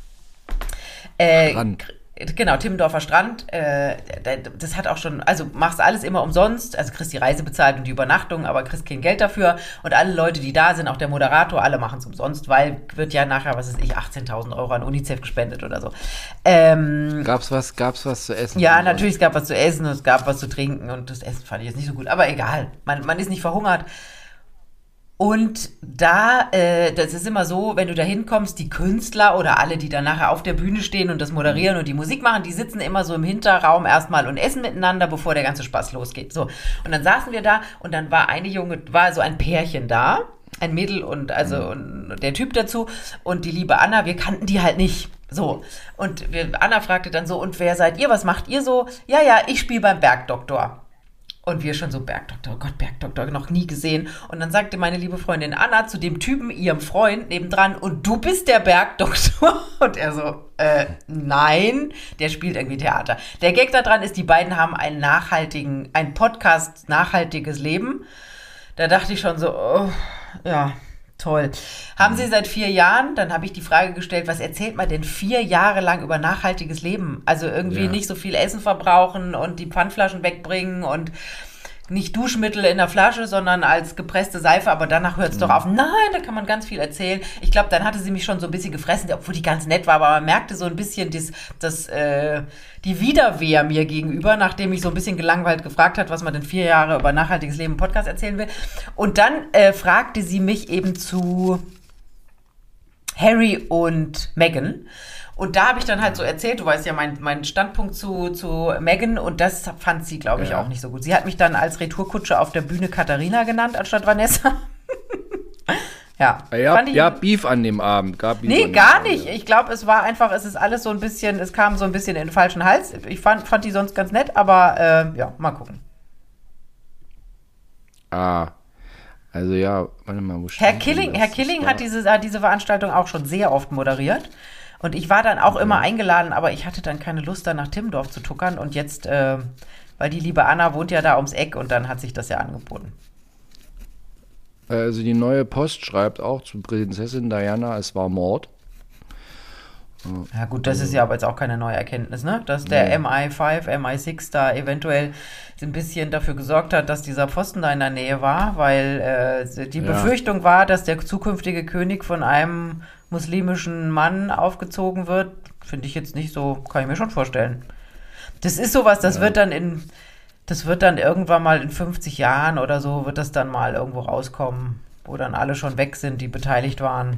Äh, Strand. Genau, Timmendorfer Strand. Äh, das hat auch schon, also machst alles immer umsonst. Also kriegst die Reise bezahlt und die Übernachtung, aber kriegst kein Geld dafür. Und alle Leute, die da sind, auch der Moderator, alle machen es umsonst, weil wird ja nachher, was weiß ich, achtzehntausend Euro an UNICEF gespendet oder so. Ähm, Gab's was, gab's was zu essen? ja, natürlich, es gab was zu essen und es gab was zu trinken und das Essen fand ich jetzt nicht so gut, aber egal, man, man ist nicht verhungert. Und da, äh, das ist immer so, wenn du da hinkommst, die Künstler oder alle, die dann nachher auf der Bühne stehen und das moderieren und die Musik machen, die sitzen immer so im Hinterraum erstmal und essen miteinander, bevor der ganze Spaß losgeht. So, und dann saßen wir da und dann war eine junge, war so ein Pärchen da, ein Mädel und also und der Typ dazu und die liebe Anna, wir kannten die halt nicht. So, und wir, Anna fragte dann so, und wer seid ihr, was macht ihr so? Ja, ja, ich spiele beim Bergdoktor. Und wir schon so, Bergdoktor, oh Gott, Bergdoktor, noch nie gesehen. Und dann sagte meine liebe Freundin Anna zu dem Typen, ihrem Freund, nebendran, und du bist der Bergdoktor? Und er so, äh, nein, der spielt irgendwie Theater. Der Gag daran ist, die beiden haben einen nachhaltigen, einen Podcast Nachhaltiges Leben. Da dachte ich schon so, oh, ja, toll. Haben Sie seit vier Jahren, dann habe ich die Frage gestellt, was erzählt man denn vier Jahre lang über nachhaltiges Leben? Also irgendwie Ja. nicht so viel Essen verbrauchen und die Pfandflaschen wegbringen und nicht Duschmittel in der Flasche, sondern als gepresste Seife, aber danach hört es doch auf. Nein, da kann man ganz viel erzählen. Ich glaube, dann hatte sie mich schon so ein bisschen gefressen, obwohl die ganz nett war, aber man merkte so ein bisschen das, das, äh, die Widerwehr mir gegenüber, nachdem ich so ein bisschen gelangweilt gefragt hat, was man denn vier Jahre über nachhaltiges Leben im Podcast erzählen will. Und dann äh, fragte sie mich eben zu Harry und Meghan. Und da habe ich dann halt so erzählt, du weißt ja meinen mein Standpunkt zu, zu Meghan und das fand sie, glaube ich, Ja. auch nicht so gut. Sie hat mich dann als Retourkutsche auf der Bühne Katharina genannt, anstatt Vanessa. ja, Ja, fand ich, ja, Beef an dem Abend. Gab Beef an nee, dem gar Abend, nicht. ja. Ich glaube, es war einfach, es ist alles so ein bisschen, es kam so ein bisschen in den falschen Hals. Ich fand, fand die sonst ganz nett, aber äh, ja, mal gucken. Ah, also ja, warte mal, wo Herr stand denn Killing, das? Herr Das Killing war- hat diese, hat diese Veranstaltung auch schon sehr oft moderiert. Und ich war dann auch immer eingeladen, aber ich hatte dann keine Lust, da nach Timmendorf zu tuckern. Und jetzt, äh, weil die liebe Anna wohnt ja da ums Eck und dann hat sich das ja angeboten. Also die Neue Post schreibt auch zu Prinzessin Diana, es war Mord. Ja gut, das ist ja aber jetzt auch keine neue Erkenntnis, ne? Dass der Nee. M I fünf, M I sechs da eventuell ein bisschen dafür gesorgt hat, dass dieser Pfosten da in der Nähe war, weil äh, die Ja. Befürchtung war, dass der zukünftige König von einem muslimischen Mann aufgezogen wird. Finde ich jetzt nicht so, kann ich mir schon vorstellen. Das ist sowas, das wird dann in, das wird dann irgendwann mal in fünfzig Jahren oder so, wird das dann mal irgendwo rauskommen, wo dann alle schon weg sind, die beteiligt waren.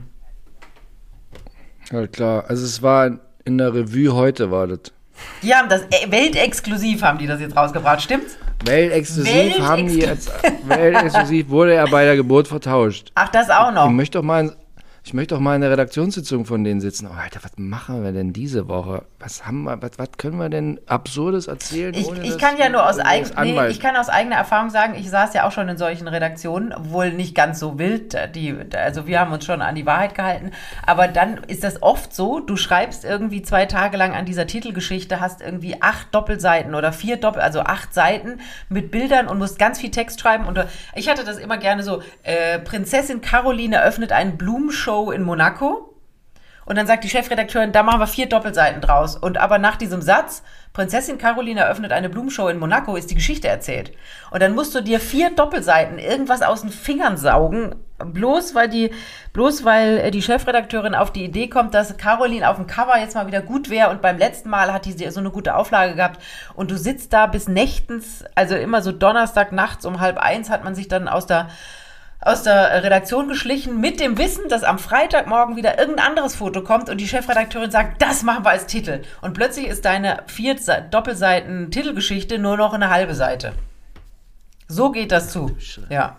Ja, klar. Also es war in der Revue heute, war das. Die haben das, äh, weltexklusiv haben die das jetzt rausgebracht, stimmt's? Weltexklusiv haben die Weltexklusiv. jetzt, Weltexklusiv wurde er bei der Geburt vertauscht. Ach, das auch noch. Ich möchte doch mal, ich möchte doch mal in der Redaktionssitzung von denen sitzen. Oh, Alter, was machen wir denn diese Woche? Was haben wir, was, was können wir denn Absurdes erzählen? Ich, ohne ich dass kann ja nur aus, wir eig das nee, anweisen? ich kann aus eigener Erfahrung sagen, ich saß ja auch schon in solchen Redaktionen, wohl nicht ganz so wild, die, also wir haben uns schon an die Wahrheit gehalten, aber dann ist das oft so, du schreibst irgendwie zwei Tage lang an dieser Titelgeschichte, hast irgendwie acht Doppelseiten oder vier Doppel, also acht Seiten mit Bildern und musst ganz viel Text schreiben und ich hatte das immer gerne so, äh, Prinzessin Caroline eröffnet eine Blumenshow in Monaco. Und dann sagt die Chefredakteurin, da machen wir vier Doppelseiten draus. Und aber nach diesem Satz, Prinzessin Caroline eröffnet eine Blumenshow in Monaco, ist die Geschichte erzählt. Und dann musst du dir vier Doppelseiten irgendwas aus den Fingern saugen, bloß weil die, bloß weil die Chefredakteurin auf die Idee kommt, dass Caroline auf dem Cover jetzt mal wieder gut wäre. Und beim letzten Mal hat die so eine gute Auflage gehabt. Und du sitzt da bis nächtens, also immer so Donnerstag nachts um halb eins hat man sich dann aus der aus der Redaktion geschlichen, mit dem Wissen, dass am Freitagmorgen wieder irgendein anderes Foto kommt und die Chefredakteurin sagt, das machen wir als Titel. Und plötzlich ist deine vier Doppelseiten Titelgeschichte nur noch eine halbe Seite. So geht das zu. Ja.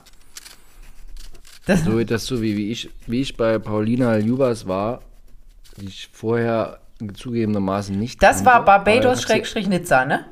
Das, So geht das so, wie, wie, ich, wie ich bei Paulina Ljubas war, die ich vorher zugegebenermaßen nicht das war kannte, aber hat sie- Barbados-Nizza, ne?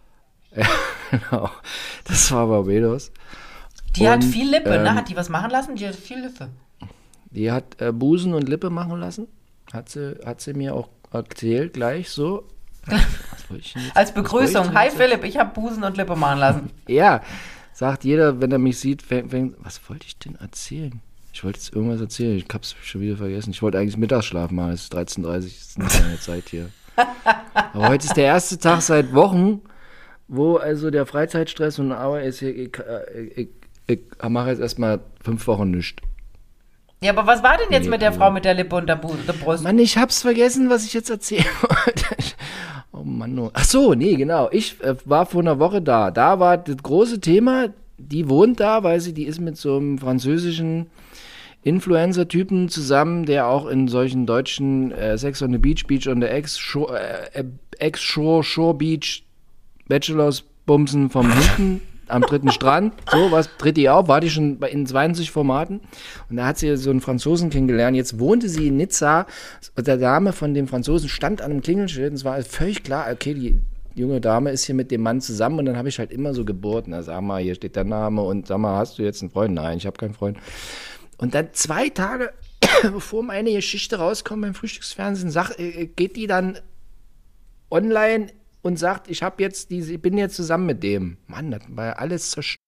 Genau, das war Barbados. Die hat Und, viel Lippe, ähm, ne? Hat die was machen lassen? Die hat viel Lippe. Die hat äh, Busen und Lippe machen lassen. Hat sie, hat sie mir auch erzählt, gleich so. Was wollte ich denn jetzt- Als was wollte Begrüßung. ich denn Hi jetzt- Philipp, ich habe Busen und Lippe machen lassen. Ja, sagt jeder, wenn er mich sieht, fängt, fängt, was wollte ich denn erzählen? Ich wollte jetzt irgendwas erzählen, ich hab's schon wieder vergessen. Ich wollte eigentlich Mittagsschlaf machen, es ist dreizehn Uhr dreißig, ist nicht meine Zeit hier. Aber heute ist der erste Tag seit Wochen, wo also der Freizeitstress und Arbeit ist hier, ich, ich, ich, ich mache jetzt erstmal fünf Wochen nichts. Ja, aber was war denn jetzt Nee, mit der also- Frau mit der Lippe und der, Bu der Brust? Mann, ich hab's vergessen, was ich jetzt erzählen wollte. Oh Mann, oh. Ach so, nee, genau. Ich äh, war vor einer Woche da. Da war das große Thema, die wohnt da, weil sie, die ist mit so einem französischen Influencer-Typen zusammen, der auch in solchen deutschen äh, Sex on the Beach, Beach on the X, Shore, äh, Ex-Shore, Shore Beach, Bachelors Bumsen vom Hinten am dritten Strand, so was tritt die auf, war die schon bei- in zweiundzwanzig Formaten und da hat sie so einen Franzosen kennengelernt, jetzt wohnte sie in Nizza, der Dame von dem Franzosen stand an einem Klingelschild und es war völlig klar, okay, die junge Dame ist hier mit dem Mann zusammen und dann habe ich halt immer so gebohrt, na sag mal, hier steht der Name und sag mal, hast du jetzt einen Freund? Nein, ich habe keinen Freund. Und dann zwei Tage, bevor meine Geschichte rauskommt beim Frühstücksfernsehen, sag, äh, geht die dann online und sagt, ich habe jetzt diese, ich bin jetzt zusammen mit dem. Mann, das war ja alles zerstört.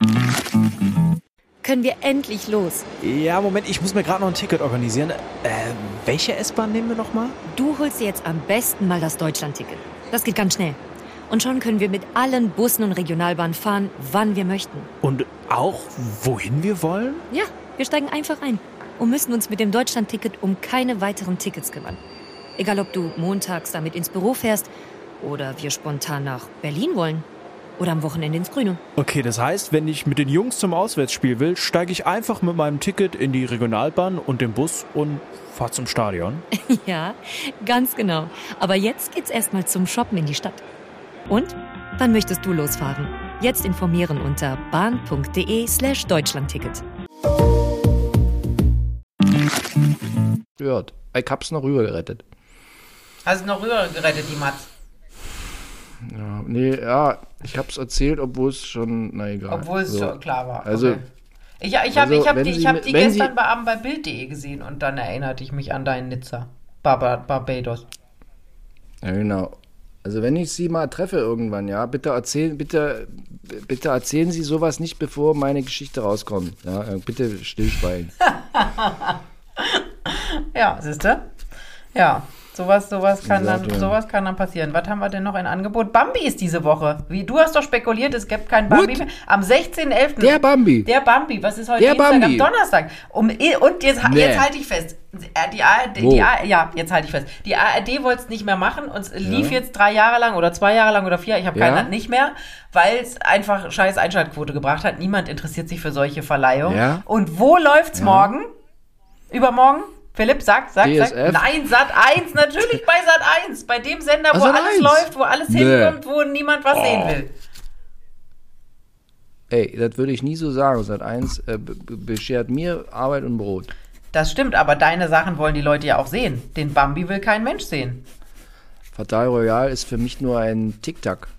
Können wir endlich los? Ja, Moment, ich muss mir gerade noch ein Ticket organisieren. Äh, welche S-Bahn nehmen wir nochmal? Du holst dir jetzt am besten mal das Deutschland-Ticket. Das geht ganz schnell. Und schon können wir mit allen Bussen und Regionalbahnen fahren, wann wir möchten. Und auch, wohin wir wollen? Ja, wir steigen einfach ein und müssen uns mit dem Deutschland-Ticket um keine weiteren Tickets kümmern. Egal, ob du montags damit ins Büro fährst oder wir spontan nach Berlin wollen oder am Wochenende ins Grüne. Okay, das heißt, wenn ich mit den Jungs zum Auswärtsspiel will, steige ich einfach mit meinem Ticket in die Regionalbahn und den Bus und fahr zum Stadion. Ja, ganz genau. Aber jetzt geht's erstmal zum Shoppen in die Stadt. Und? Wann möchtest du losfahren? Jetzt informieren unter bahn.de slash Deutschlandticket. Gehört. Ich hab's noch rüber gerettet. Hast du noch rüber gerettet, die Matz? Ja, nee, ja, ich hab's erzählt, obwohl es schon, na egal. Obwohl es So. schon klar war. Also, okay. Ich, ich habe also, ich hab wenn die, Sie ich hab mit- die wenn gestern Sie- bei Abend bei Bild punkt de gesehen und dann erinnerte ich mich an deinen Nizza. Barba, Barbados. Ja, genau. Also wenn ich Sie mal treffe irgendwann, ja, bitte erzählen, bitte, bitte erzählen Sie sowas nicht, bevor meine Geschichte rauskommt. Ja, äh, bitte stillschweigen. Ja, siehst du? Ja, Sowas, sowas, kann Exakt, dann, ja. sowas kann dann passieren. Was haben wir denn noch in Angebot? Bambi ist diese Woche. Wie, du hast doch spekuliert, es gibt keinen Bambi What? mehr. Am sechzehnten elften Der Bambi. Der Bambi. Was ist heute Der Dienstag? Bambi. Am Donnerstag. Um, und jetzt, Nee. jetzt halte ich fest. Die A R D, Wo? die A R D, ja, jetzt halte ich fest. Die A R D wollte es nicht mehr machen und es lief jetzt drei Jahre lang oder zwei Jahre lang oder vier, ich habe Ja. keine, nicht mehr, weil es einfach scheiß Einschaltquote gebracht hat. Niemand interessiert sich für solche Verleihungen. Ja. Und wo läuft's morgen? Übermorgen? Philipp, sag, sag, D S F? sag. Nein, Sat eins, natürlich bei Sat eins. Bei dem Sender, wo Ah, Sat alles eins. läuft, wo alles Nee. hinkommt, wo niemand was sehen will. Ey, das würde ich nie so sagen. Sat eins äh, be- be- beschert mir Arbeit und Brot. Das stimmt, aber deine Sachen wollen die Leute ja auch sehen. Den Bambi will kein Mensch sehen. Fatal Royal ist für mich nur ein Tic-Tac.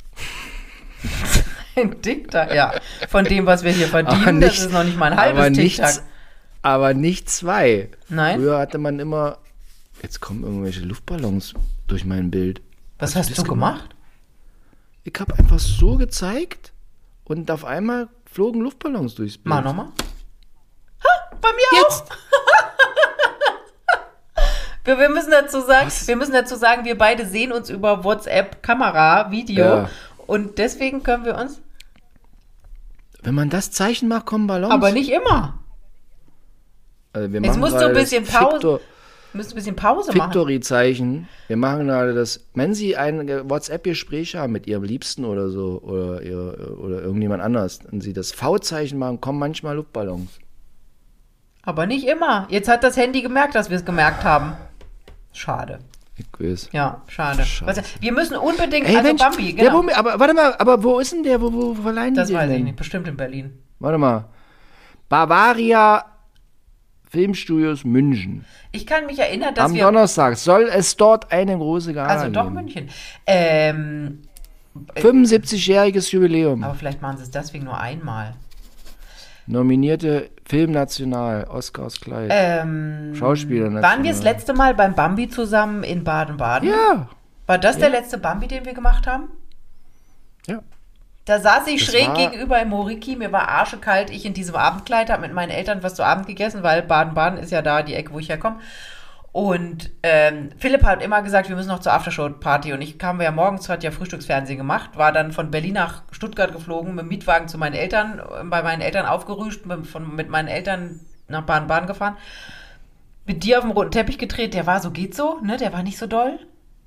Ein Tic-Tac, ja. Von dem, was wir hier Aber verdienen, nicht- das ist noch nicht mal ein aber halbes nicht- Tic-Tac. Aber nicht zwei. Nein? Früher hatte man immer. Jetzt kommen irgendwelche Luftballons durch mein Bild. Was du hast das du gemacht? Ich habe einfach so gezeigt und auf einmal flogen Luftballons durchs Bild. Mal nochmal. Ha, bei mir auch. wir, wir, müssen dazu sagen, Was? wir müssen dazu sagen, wir beide sehen uns über WhatsApp, Kamera, Video. Ja. Und deswegen können wir uns. Wenn man das Zeichen macht, kommen Ballons. Aber nicht immer. Also wir Jetzt machen musst du gerade ein bisschen das Pause- Victor- Wir müssen ein bisschen Pause machen. Victory-Zeichen. Wir machen gerade das, wenn Sie ein WhatsApp-Gespräch haben mit Ihrem Liebsten oder so, oder, ihr, oder irgendjemand anders, und Sie das V-Zeichen machen, kommen manchmal Luftballons. Aber nicht immer. Jetzt hat das Handy gemerkt, dass wir es gemerkt haben. Schade. Ich weiß. Ja, schade. Schade. Was, wir müssen unbedingt, Ey, also Mensch, Bambi, der, genau. wo, aber warte mal, aber wo ist denn der? Wo, wo verleihen die Das den weiß ich denn? nicht. Bestimmt in Berlin. Warte mal. Bavaria Filmstudios München. Ich kann mich erinnern, dass Am wir... Donnerstag soll es dort eine große Gala Also doch geben. München. Ähm, fünfundsiebzigjähriges Jubiläum. aber vielleicht machen sie es deswegen nur einmal. Nominierte Film National, Oscars Kleid. Ähm, Schauspieler National. waren wir das letzte Mal beim Bambi zusammen in Baden-Baden? Ja. War das der letzte Bambi, den wir gemacht haben? Ja. Da saß ich Das schräg war- gegenüber im Moriki, mir war arschekalt, ich in diesem Abendkleid, habe mit meinen Eltern was zu Abend gegessen, weil Baden-Baden ist ja da die Ecke, wo ich herkomme. Und ähm, Philipp hat immer gesagt, wir müssen noch zur Aftershow-Party. Und ich kam ja morgens, hat ja Frühstücksfernsehen gemacht, war dann von Berlin nach Stuttgart geflogen, mit dem Mietwagen zu meinen Eltern, äh, bei meinen Eltern aufgerüscht, mit, von, mit meinen Eltern nach Baden-Baden gefahren, mit dir auf dem roten Teppich gedreht, der war so, geht so, ne, der war nicht so doll.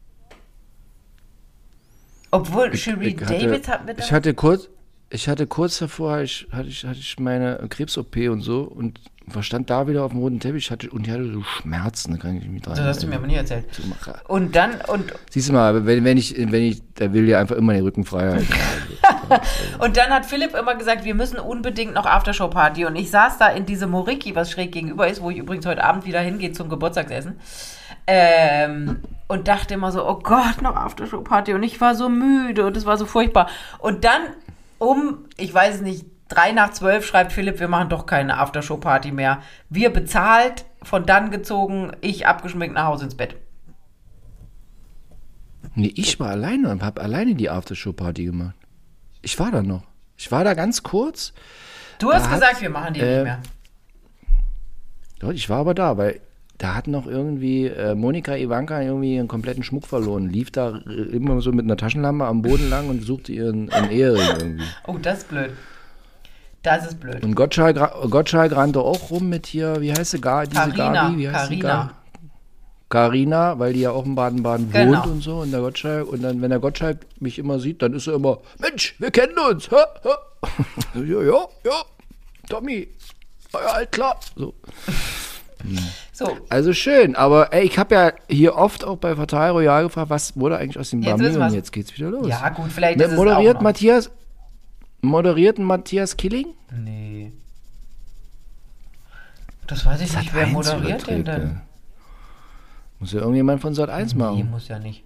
Obwohl, Cherie Ich hatte, Davids hat mit... ich hatte kurz, ich hatte kurz davor, hatte ich, hatte ich, hatte ich meine Krebs-O P und so und stand da wieder auf dem roten Teppich hatte, und die hatte so Schmerzen, da kann ich mich dran Das hast du mir aber nie erzählt. so mache. Und dann, und, Siehst du mal, wenn, wenn ich, wenn ich, der will ja einfach immer den Rücken frei halten. und dann hat Philipp immer gesagt, wir müssen unbedingt noch Aftershow-Party. Und ich saß da in diesem Moriki, was schräg gegenüber ist, wo ich übrigens heute Abend wieder hingehe zum Geburtstagsessen. Ähm, und dachte immer so, oh Gott, noch Aftershow-Party. Und ich war so müde und es war so furchtbar. Und dann um, ich weiß es nicht, drei nach zwölf schreibt Philipp, wir machen doch keine Aftershow-Party mehr. Wir bezahlt, von dann gezogen, ich abgeschminkt nach Hause ins Bett. Nee, ich war alleine und habe alleine die Aftershow-Party gemacht. Ich war da noch. Ich war da ganz kurz. Du hast Da gesagt, hat, wir machen die äh, nicht mehr. Ja, ich war aber da, weil da hat noch irgendwie äh, Monika Ivanka irgendwie ihren kompletten Schmuck verloren. Lief da äh, immer so mit einer Taschenlampe am Boden lang und suchte ihren, ihren Ehering irgendwie. Oh, das ist blöd. Das ist blöd. Und Gottschalk, Gottschalk rannte auch rum mit hier, wie heißt sie, Gar, diese Carina, Gabi? Wie heißt sie? Carina. Gar- Carina, weil die ja auch in Baden-Baden Genau. wohnt und so. Und der Gottschalk, und dann, wenn der Gottschalk mich immer sieht, dann ist er immer, Mensch, wir kennen uns. Ha, ha. ja, ja, ja, Tommy, ja, halt klar. So. So, Also schön, aber ey, ich habe ja hier oft auch bei Fatal Royal gefragt, was wurde eigentlich aus dem Jetzt Bambi wissen wir's. und jetzt geht's wieder los. ja gut, vielleicht Ne, ist es moderiert auch noch. Matthias, moderierten Matthias Killing? Nee. Das weiß ich nicht, wer eins moderiert den überträgt, denn? ja. Muss ja irgendjemand von Sat eins Nee, machen. muss ja nicht.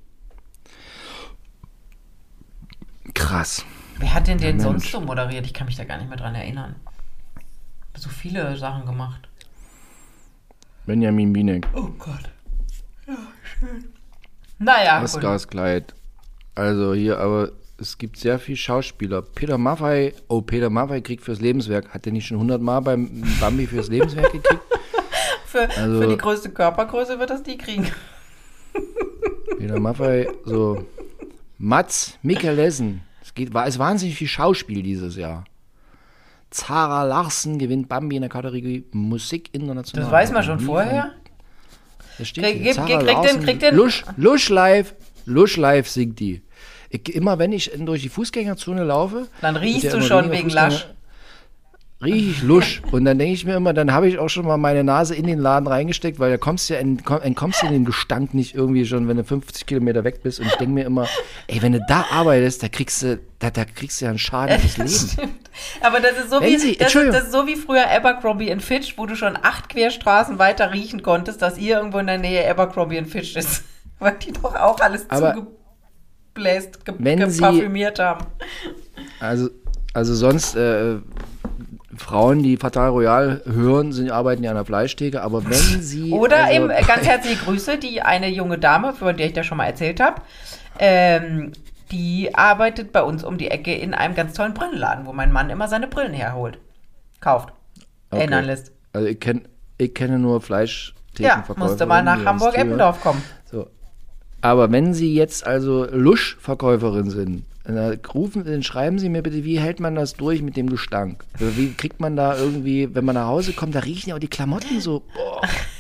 Krass. Wer hat denn den Mensch. sonst so moderiert? Ich kann mich da gar nicht mehr dran erinnern. So viele Sachen gemacht. Benjamin Binek. Oh Gott. Ja, schön. Naja, gut. Oscars Kleid. Also hier, aber es gibt sehr viele Schauspieler. Peter Maffay, oh, Peter Maffay kriegt fürs Lebenswerk. Hat der nicht schon hundert Mal beim Bambi fürs Lebenswerk gekriegt? Für, Also- für die größte Körpergröße wird das die kriegen. Peter Maffay, so Mats Mikkelsen. Es geht, war es wahnsinnig viel Schauspiel dieses Jahr. Zara Larsen gewinnt Bambi in der Kategorie Musik international. Das weiß man schon vorher. Das steht Krieg, hier. krieg, Zara krieg Larsen, den, krieg den. Lusch, Lusch live, Lusch live singt die. Ich, immer wenn ich durch die Fußgängerzone laufe, Dann riechst ja du immer schon weniger wegen Fußgänger- Lasch. Riech ich Lusch. Und dann denke ich mir immer, dann habe ich auch schon mal meine Nase in den Laden reingesteckt, weil da kommst du ja in, komm, entkommst du in den Gestank nicht irgendwie schon, wenn du fünfzig Kilometer weg bist. Und ich denke mir immer, ey, wenn du da arbeitest, da kriegst du, da, da kriegst du ja einen Schaden fürs Leben. Stimmt. Aber das ist so Wenn wie Sie- das ist, Entschuldigung. das ist so wie früher Abercrombie and Fitch, wo du schon acht Querstraßen weiter riechen konntest, dass ihr irgendwo in der Nähe Abercrombie and Fitch ist. Weil die doch auch alles Aber zugebläst, ge wenn Sie- geparfümiert haben. Also, also sonst, äh, Frauen, die Fatal Royal hören, sind, arbeiten ja an der Fleischtheke, aber wenn sie... Oder also, eben äh, ganz herzliche Grüße, die eine junge Dame, von der ich da schon mal erzählt habe, ähm, die arbeitet bei uns um die Ecke in einem ganz tollen Brillenladen, wo mein Mann immer seine Brillen herholt. Kauft. Okay. Erinnern lässt. Also ich, kenn, ich kenne nur Ja, Fleischthekenverkäufer. musste mal nach Hamburg-Eppendorf kommen. So. Aber wenn Sie jetzt also Lusch-Verkäuferin sind, dann rufen, dann schreiben Sie mir bitte, wie hält man das durch mit dem Gestank? Also wie kriegt man da irgendwie, wenn man nach Hause kommt, da riechen ja auch die Klamotten so. Boah.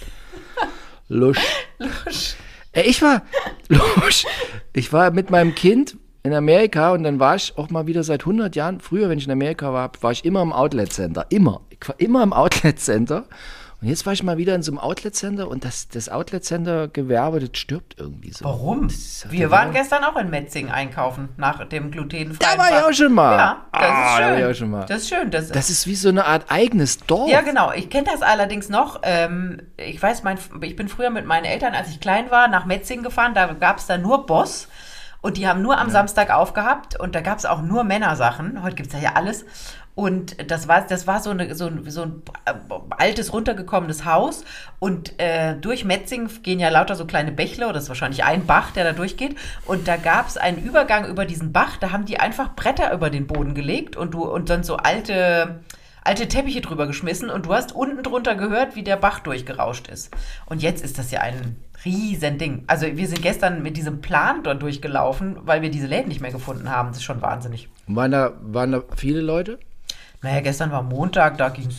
Lusch. Lusch. Äh, Ich war, Lusch. Ich war mit meinem Kind in Amerika und dann war ich auch mal wieder seit hundert Jahren, früher, wenn ich in Amerika war, war ich immer im Outlet Center. Immer. Ich war immer im Outlet Center. Und jetzt war ich mal wieder in so einem Outlet Center und das, das Outlet Center Gewerbe, das stirbt irgendwie so. Warum? Das ist- Wir waren gestern auch in Metzing einkaufen, nach dem glutenfreien Da war ich Bach. auch schon mal. Ja, das Ah, ist da schön. war ich auch schon mal. Das ist schön. Das, Das ist wie so eine Art eigenes Dorf. ja, genau. Ich kenne das allerdings noch. Ähm, ich weiß, mein, ich bin früher mit meinen Eltern, als ich klein war, nach Metzing gefahren. Da gab es da nur Boss. Und die haben nur am Samstag aufgehabt. Und da gab es auch nur Männersachen. Heute gibt es ja alles. Und das war, das war so, eine, so, ein, so ein altes, runtergekommenes Haus. Und äh, durch Metzing gehen ja lauter so kleine Bächle. Oder das ist wahrscheinlich ein Bach, der da durchgeht. Und da gab es einen Übergang über diesen Bach. Da haben die einfach Bretter über den Boden gelegt. Und, du, und dann so alte... alte Teppiche drüber geschmissen und du hast unten drunter gehört, wie der Bach durchgerauscht ist. Und jetzt ist das ja ein riesen Ding. Also wir sind gestern mit diesem Plan dort durchgelaufen, weil wir diese Läden nicht mehr gefunden haben. Das ist schon wahnsinnig. Waren da, waren da viele Leute? Naja, gestern war Montag, da ging's.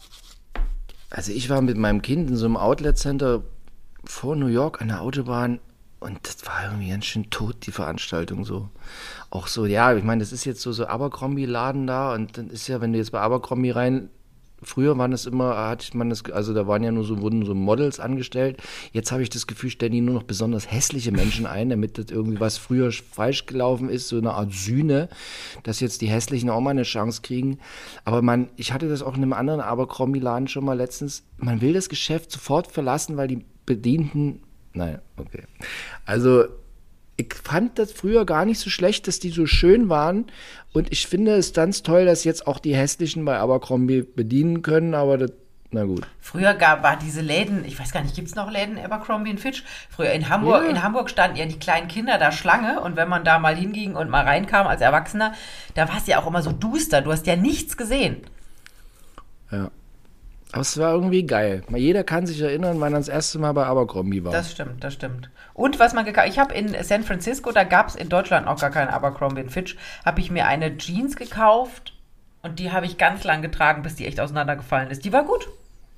Also ich war mit meinem Kind in so einem Outlet Center vor New York an der Autobahn und das war irgendwie ganz schön tot, die Veranstaltung so. Auch so, ja, ich meine, das ist jetzt so so Abercrombie-Laden da und dann ist ja, wenn du jetzt bei Abercrombie rein, früher waren es immer, hatte man das, also da waren ja nur so, wurden so Models angestellt. Jetzt habe ich das Gefühl, stellen die nur noch besonders hässliche Menschen ein, damit das irgendwie was früher falsch gelaufen ist, so eine Art Sühne, dass jetzt die Hässlichen auch mal eine Chance kriegen. Aber man, ich hatte das auch in einem anderen Abercrombie-Laden schon mal letztens, man will das Geschäft sofort verlassen, weil die Bedienten, naja, okay. Also ich fand das früher gar nicht so schlecht, dass die so schön waren. Und ich finde es ganz toll, dass jetzt auch die Hässlichen bei Abercrombie bedienen können. Aber das, na gut. Früher gab war diese Läden, ich weiß gar nicht, gibt es noch Läden Abercrombie und Fitch? Früher in Hamburg, Ja. in Hamburg standen ja die kleinen Kinder da Schlange und wenn man da mal hinging und mal reinkam als Erwachsener, da war es ja auch immer so duster. Du hast ja nichts gesehen. Ja. Aber es war irgendwie geil. Mal jeder kann sich erinnern, wann er das erste Mal bei Abercrombie war. Das stimmt, das stimmt. Und was man gekauft, ich habe in San Francisco, da gab es in Deutschland auch gar keinen Abercrombie und Fitch, habe ich mir eine Jeans gekauft und die habe ich ganz lang getragen, bis die echt auseinandergefallen ist. Die war gut.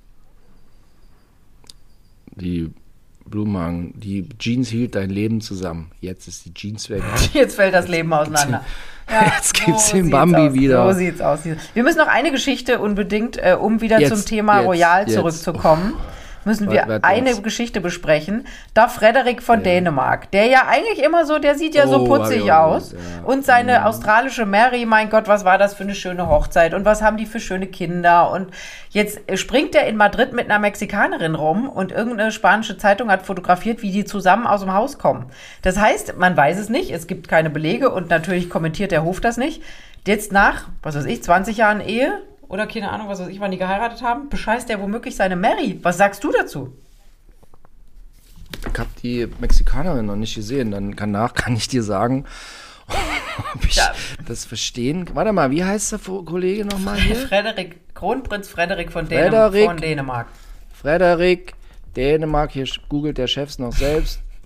Die Blumenhagen, die Jeans hielt dein Leben zusammen. Jetzt ist die Jeans weg. Jetzt fällt das Leben auseinander. Ja, Jetzt gibt's so den sieht's Bambi aus, wieder. So sieht's aus. Wir müssen noch eine Geschichte unbedingt, äh, um wieder Jetzt, zum Thema jetzt, Royal jetzt. zurückzukommen. Müssen wir Was- was eine jetzt? Geschichte besprechen. Da Frederik von Dänemark, der ja eigentlich immer so, der sieht ja so Oh, hab putzig ich auch aus. gehört, ja. Und seine australische Mary, mein Gott, was war das für eine schöne Hochzeit und was haben die für schöne Kinder. Und jetzt springt er in Madrid mit einer Mexikanerin rum und irgendeine spanische Zeitung hat fotografiert, wie die zusammen aus dem Haus kommen. Das heißt, man weiß es nicht, es gibt keine Belege und natürlich kommentiert der Hof das nicht. Jetzt nach, was weiß ich, zwanzig Jahren Ehe oder keine Ahnung, was weiß ich, wann die geheiratet haben, bescheißt er womöglich seine Mary. Was sagst du dazu? Ich habe die Mexikanerin noch nicht gesehen. Dann kann nach kann ich dir sagen, ob ich Ja. das verstehen. Warte mal, wie heißt der Kollege nochmal hier? Frederik, Kronprinz Frederik von, Dänem Frederik. von Dänemark. Frederik, Dänemark, hier googelt der Chefs noch selbst.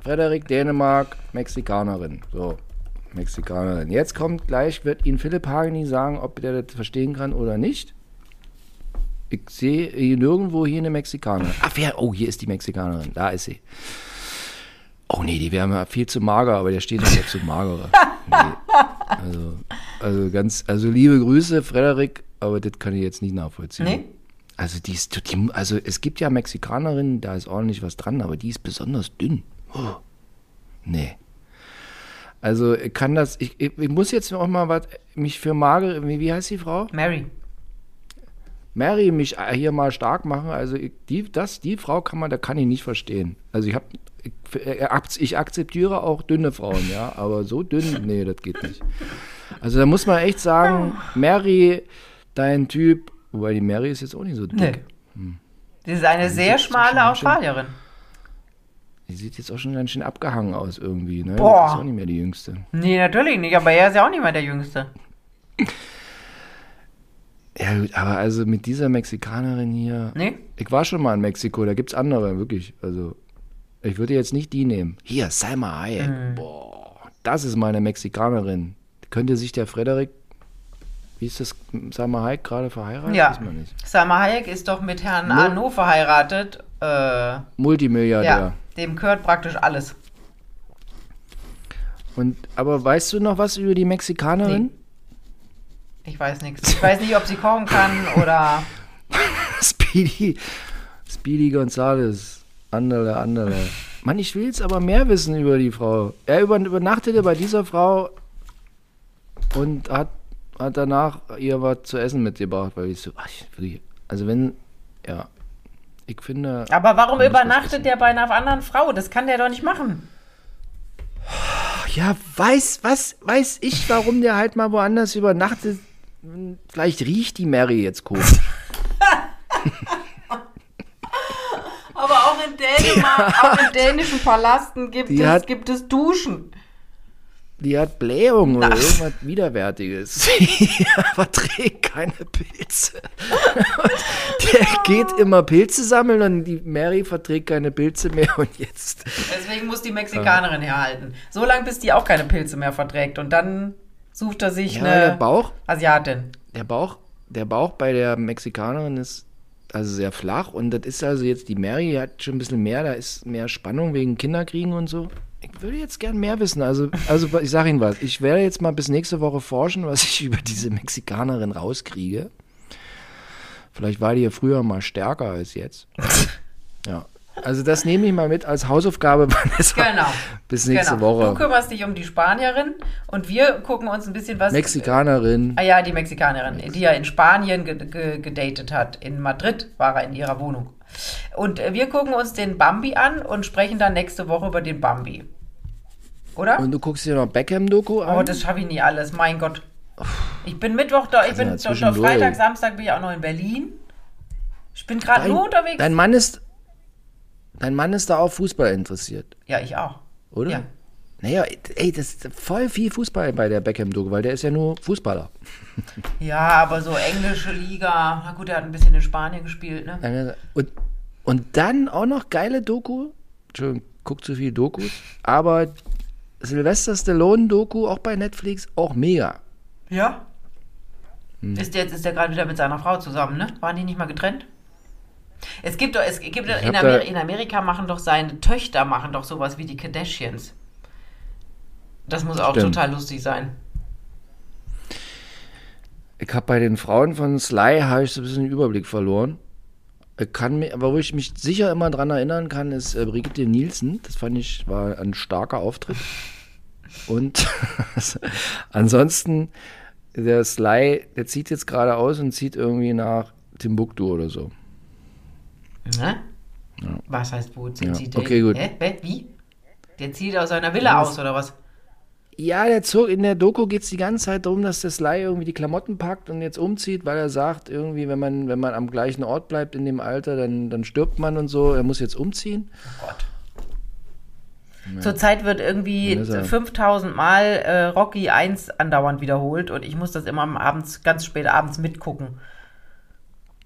Frederik, Dänemark, Mexikanerin. So, Mexikanerin. Jetzt kommt gleich, wird Ihnen Philipp Hageni sagen, ob der das verstehen kann oder nicht. Ich sehe hier nirgendwo hier eine Mexikanerin. Ach, wer? Oh, hier ist die Mexikanerin. Da ist sie. Oh nee, die wäre mir viel zu mager, aber der steht doch zu magere. Nee. Also, also ganz, also liebe Grüße, Frederik, aber das kann ich jetzt nicht nachvollziehen. Nee? Also die ist, die, also es gibt ja Mexikanerinnen, da ist ordentlich was dran, aber die ist besonders dünn. Oh. Nee. Also ich kann das, ich, ich, ich muss jetzt auch mal was, mich für magere, wie, wie heißt die Frau? Mary. Mary mich hier mal stark machen, also ich, die, das, die Frau kann man, da kann ich nicht verstehen. Also ich habe, ich, ich akzeptiere auch dünne Frauen, ja, aber so dünn, nee, das geht nicht. Also da muss man echt sagen, Mary, dein Typ, wobei die Mary ist jetzt auch nicht so dick. Nee. Hm. Sie ist eine die sehr schmale Australierin. Die sieht jetzt auch schon ganz schön abgehangen aus irgendwie, ne? Boah. Ist auch nicht mehr die Jüngste. Nee, natürlich nicht, aber er ist ja auch nicht mehr der Jüngste. Ja gut, aber also mit dieser Mexikanerin hier, nee? Ich war schon mal in Mexiko, da gibt's andere, wirklich, also ich würde jetzt nicht die nehmen. Hier, Salma Hayek, mhm. Boah, das ist meine Mexikanerin. Könnte sich der Frederik, wie ist das, Salma Hayek gerade verheiratet? Ja, Salma Hayek ist doch mit Herrn Mul- Arnault verheiratet. Äh, Multimilliardär. Ja, dem gehört praktisch alles. Und, aber weißt du noch was über die Mexikanerin? Nee. Ich weiß nichts. Ich weiß nicht, ob sie kochen kann oder... Speedy, Speedy Gonzales, andere, andere. Mann, ich will jetzt aber mehr wissen über die Frau. Er über, übernachtete bei dieser Frau und hat, hat danach ihr was zu essen mitgebracht, weil ich so, ach, also wenn, ja, ich finde... Aber warum übernachtet der bei einer anderen Frau? Das kann der doch nicht machen. Ja, weiß, was, weiß ich, warum der halt mal woanders übernachtet. Vielleicht riecht die Mary jetzt komisch. Aber auch in Dänemark, auch in dänischen Palasten gibt, es, hat, gibt es Duschen. Die hat Blähung oder irgendwas Widerwärtiges. Die verträgt keine Pilze. Der geht immer Pilze sammeln und die Mary verträgt keine Pilze mehr und jetzt. Deswegen muss die Mexikanerin herhalten. So lange, bis die auch keine Pilze mehr verträgt. Und dann sucht er sich ja, eine der Bauch, Asiatin. Der Bauch, der Bauch bei der Mexikanerin ist also sehr flach und das ist also jetzt, die Mary hat schon ein bisschen mehr, da ist mehr Spannung wegen Kinderkriegen und so. Ich würde jetzt gern mehr wissen, also, also ich sage Ihnen was, ich werde jetzt mal bis nächste Woche forschen, was ich über diese Mexikanerin rauskriege. Vielleicht war die ja früher mal stärker als jetzt. Ja. Also das nehme ich mal mit als Hausaufgabe, Vanessa. Genau. Bis nächste genau. Woche. Du kümmerst dich um die Spanierin und wir gucken uns ein bisschen was... Mexikanerin. Ah ja, die Mexikanerin, Mex- die ja in Spanien ge- ge- gedatet hat. In Madrid war er in ihrer Wohnung. Und wir gucken uns den Bambi an und sprechen dann nächste Woche über den Bambi. Oder? Und du guckst dir noch Beckham-Doku an? Oh, das schaffe ich nie alles, mein Gott. Ich bin Mittwoch da, ich bin also doch Freitag, Samstag bin ich auch noch in Berlin. Ich bin gerade nur unterwegs. Dein Mann ist... Dein Mann ist da auch Fußball interessiert. Ja, ich auch. Oder? Ja. Naja, ey, das ist voll viel Fußball bei der Beckham-Doku, weil der ist ja nur Fußballer. Ja, aber so englische Liga, na gut, der hat ein bisschen in Spanien gespielt, ne? Und, und dann auch noch geile Doku. Entschuldigung, guck zu viel Dokus. Aber Sylvester Stallone-Doku, auch bei Netflix, auch mega. Ja? Hm. Ist der, jetzt ist der gerade wieder mit seiner Frau zusammen, ne? Waren die nicht mal getrennt? Es gibt doch, es gibt in, Amer- in Amerika machen doch seine Töchter machen doch sowas wie die Kardashians. Das muss auch Stimmt. total lustig sein. Ich habe bei den Frauen von Sly habe ich so ein bisschen den Überblick verloren. Ich kann mich, aber wo ich mich sicher immer dran erinnern kann, ist äh, Brigitte Nielsen. Das fand ich, war ein starker Auftritt. Und ansonsten, der Sly, der zieht jetzt gerade aus und zieht irgendwie nach Timbuktu oder so. Ne? Ja. Was heißt, wo zieht ja. der? Okay, gut. Hä? Wie? Der zieht aus seiner Villa aus, oder was? Ja, der Zug, in der Doku geht es die ganze Zeit darum, dass der Sly irgendwie die Klamotten packt und jetzt umzieht, weil er sagt, irgendwie, wenn man, wenn man am gleichen Ort bleibt in dem Alter, dann, dann stirbt man und so. Er muss jetzt umziehen. Oh Gott. Ja. Zurzeit wird irgendwie fünftausend Mal äh, Rocky eins andauernd wiederholt und ich muss das immer am abends, ganz spät abends mitgucken.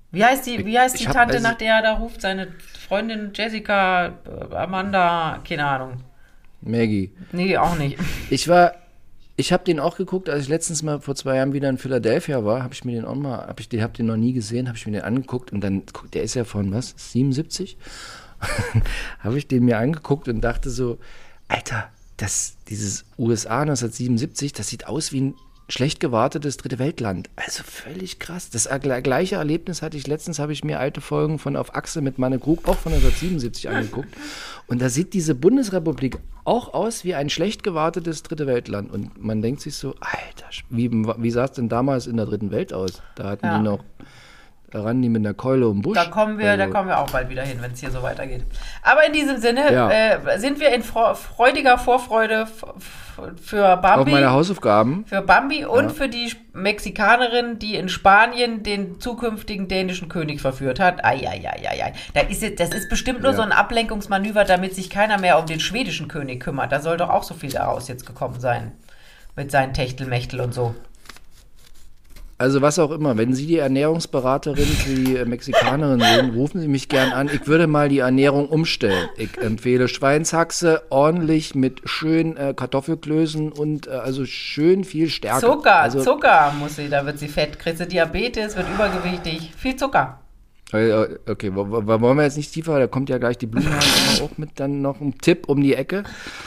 Wie heißt die, wie heißt die Ich hab Tante, also- nach der er da ruft? Seine Freundin Jessica, äh, Amanda, keine Ahnung. Maggie. Nee, auch nicht. Ich war, ich habe den auch geguckt, als ich letztens mal vor zwei Jahren wieder in Philadelphia war, habe ich mir den auch mal, habe ich den, hab den noch nie gesehen, habe ich mir den angeguckt und dann, guck, der ist ja von was, siebenundsiebzig? Habe ich den mir angeguckt und dachte so, Alter, das, dieses U S A neunzehnhundertsiebenundsiebzig, das sieht aus wie ein schlecht gewartetes dritte Weltland. Also völlig krass. Das gleiche Erlebnis hatte ich letztens, habe ich mir alte Folgen von Auf Achse mit Manne Krug auch von neunzehnhundertsiebenundsiebzig angeguckt. Und da sieht diese Bundesrepublik auch aus wie ein schlecht gewartetes dritte Weltland. Und man denkt sich so, Alter, wie, wie sah es denn damals in der dritten Welt aus? Da hatten Ja. die noch, da rannten die mit einer Keule um den Busch. Da kommen wir, also, da kommen wir auch bald wieder hin, wenn es hier so weitergeht. Aber in diesem Sinne Ja. äh, sind wir in fro- freudiger Vorfreude f- f- für Bambi. auf meine Hausaufgaben. Für Bambi und Ja. für die Mexikanerin, die in Spanien den zukünftigen dänischen König verführt hat. Eieieiei. Da ist jetzt, das ist bestimmt nur Ja. so ein Ablenkungsmanöver, damit sich keiner mehr um den schwedischen König kümmert. Da soll doch auch so viel daraus jetzt gekommen sein. Mit seinen Techtelmechtel und so. Also was auch immer, wenn Sie die Ernährungsberaterin für die äh, Mexikanerin sind, rufen Sie mich gern an. Ich würde mal die Ernährung umstellen. Ich empfehle Schweinshaxe ordentlich mit schön äh, Kartoffelklößen und äh, also schön viel Stärke. Zucker, also, Zucker muss sie, da wird sie fett. Kriegst du Diabetes, wird übergewichtig. Viel Zucker. äh, Okay, wo- wo- wollen wir jetzt nicht tiefer, da kommt ja gleich die Blumenhase auch mit dann noch ein Tipp um die Ecke.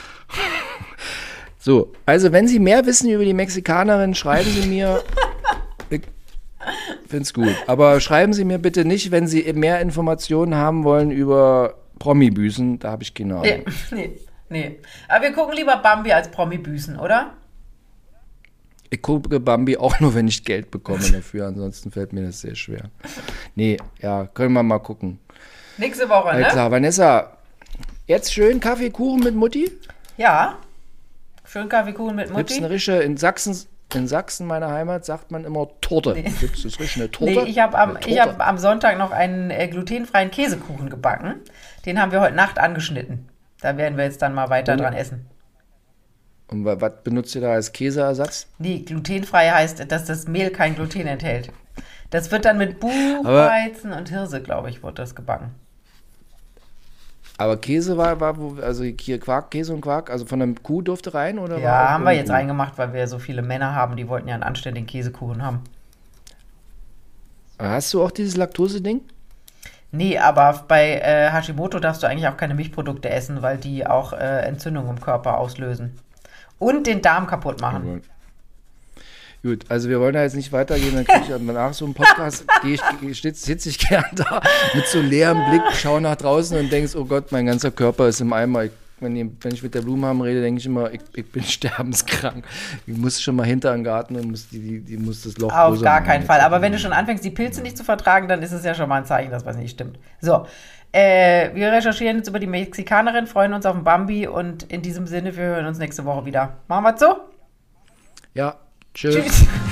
So, also wenn Sie mehr wissen über die Mexikanerin, schreiben Sie mir. Ich find's gut. Aber schreiben Sie mir bitte nicht, wenn Sie mehr Informationen haben wollen über Promi-Büßen. Da habe ich keine Ahnung. Nee, nee, nee. Aber wir gucken lieber Bambi als Promi-Büßen, oder? Ich gucke Bambi auch nur, wenn ich Geld bekomme dafür. Ansonsten fällt mir das sehr schwer. Nee, ja, können wir mal gucken. Nächste Woche, Alles ne? klar, Vanessa, jetzt schön Kaffee, Kuchen mit Mutti. Ja. Schön Kaffeekuchen mit Gibt's eine Mutti. Rische in Sachsen, in Sachsen, meiner Heimat, sagt man immer Torte. Gibt's das richtig, eine Torte? Nee, ich habe am, Eine ich Torte. hab am Sonntag noch einen äh, glutenfreien Käsekuchen gebacken. Den haben wir heute Nacht angeschnitten. Da werden wir jetzt dann mal weiter Oh. dran essen. Und wa- was benutzt ihr da als Käseersatz? Nee, glutenfrei heißt, dass das Mehl kein Gluten enthält. Das wird dann mit Aber- Buchweizen und Hirse, glaube ich, wird das gebacken. Aber Käse war, war wo, also hier Quark, Käse und Quark, also von der Kuh durfte rein? Oder war Ja, auch haben wir jetzt irgendwo? reingemacht, weil wir so viele Männer haben, die wollten ja einen anständigen Käsekuchen haben. Hast du auch dieses Laktose-Ding? Nee, aber bei äh, Hashimoto darfst du eigentlich auch keine Milchprodukte essen, weil die auch äh, Entzündungen im Körper auslösen. Und den Darm kaputt machen. Gut, also wir wollen da jetzt nicht weitergehen, dann kriege ich nach so einem Podcast, gehe ich, sitze sitz ich gern da mit so leerem Blick, schaue nach draußen und denkst, oh Gott, mein ganzer Körper ist im Eimer. Ich, wenn, ich, wenn ich mit der Blumenhaben rede, denke ich immer, ich, ich bin sterbenskrank. Ich muss schon mal hinter den Garten und muss, die, die, die muss das Loch Auf größer gar machen. keinen Fall. Aber wenn du schon anfängst, die Pilze nicht zu vertragen, dann ist es ja schon mal ein Zeichen, dass was nicht stimmt. So, äh, wir recherchieren jetzt über die Mexikanerin, freuen uns auf den Bambi und in diesem Sinne, wir hören uns nächste Woche wieder. Machen wir so? Ja, tschüss. Tschüss.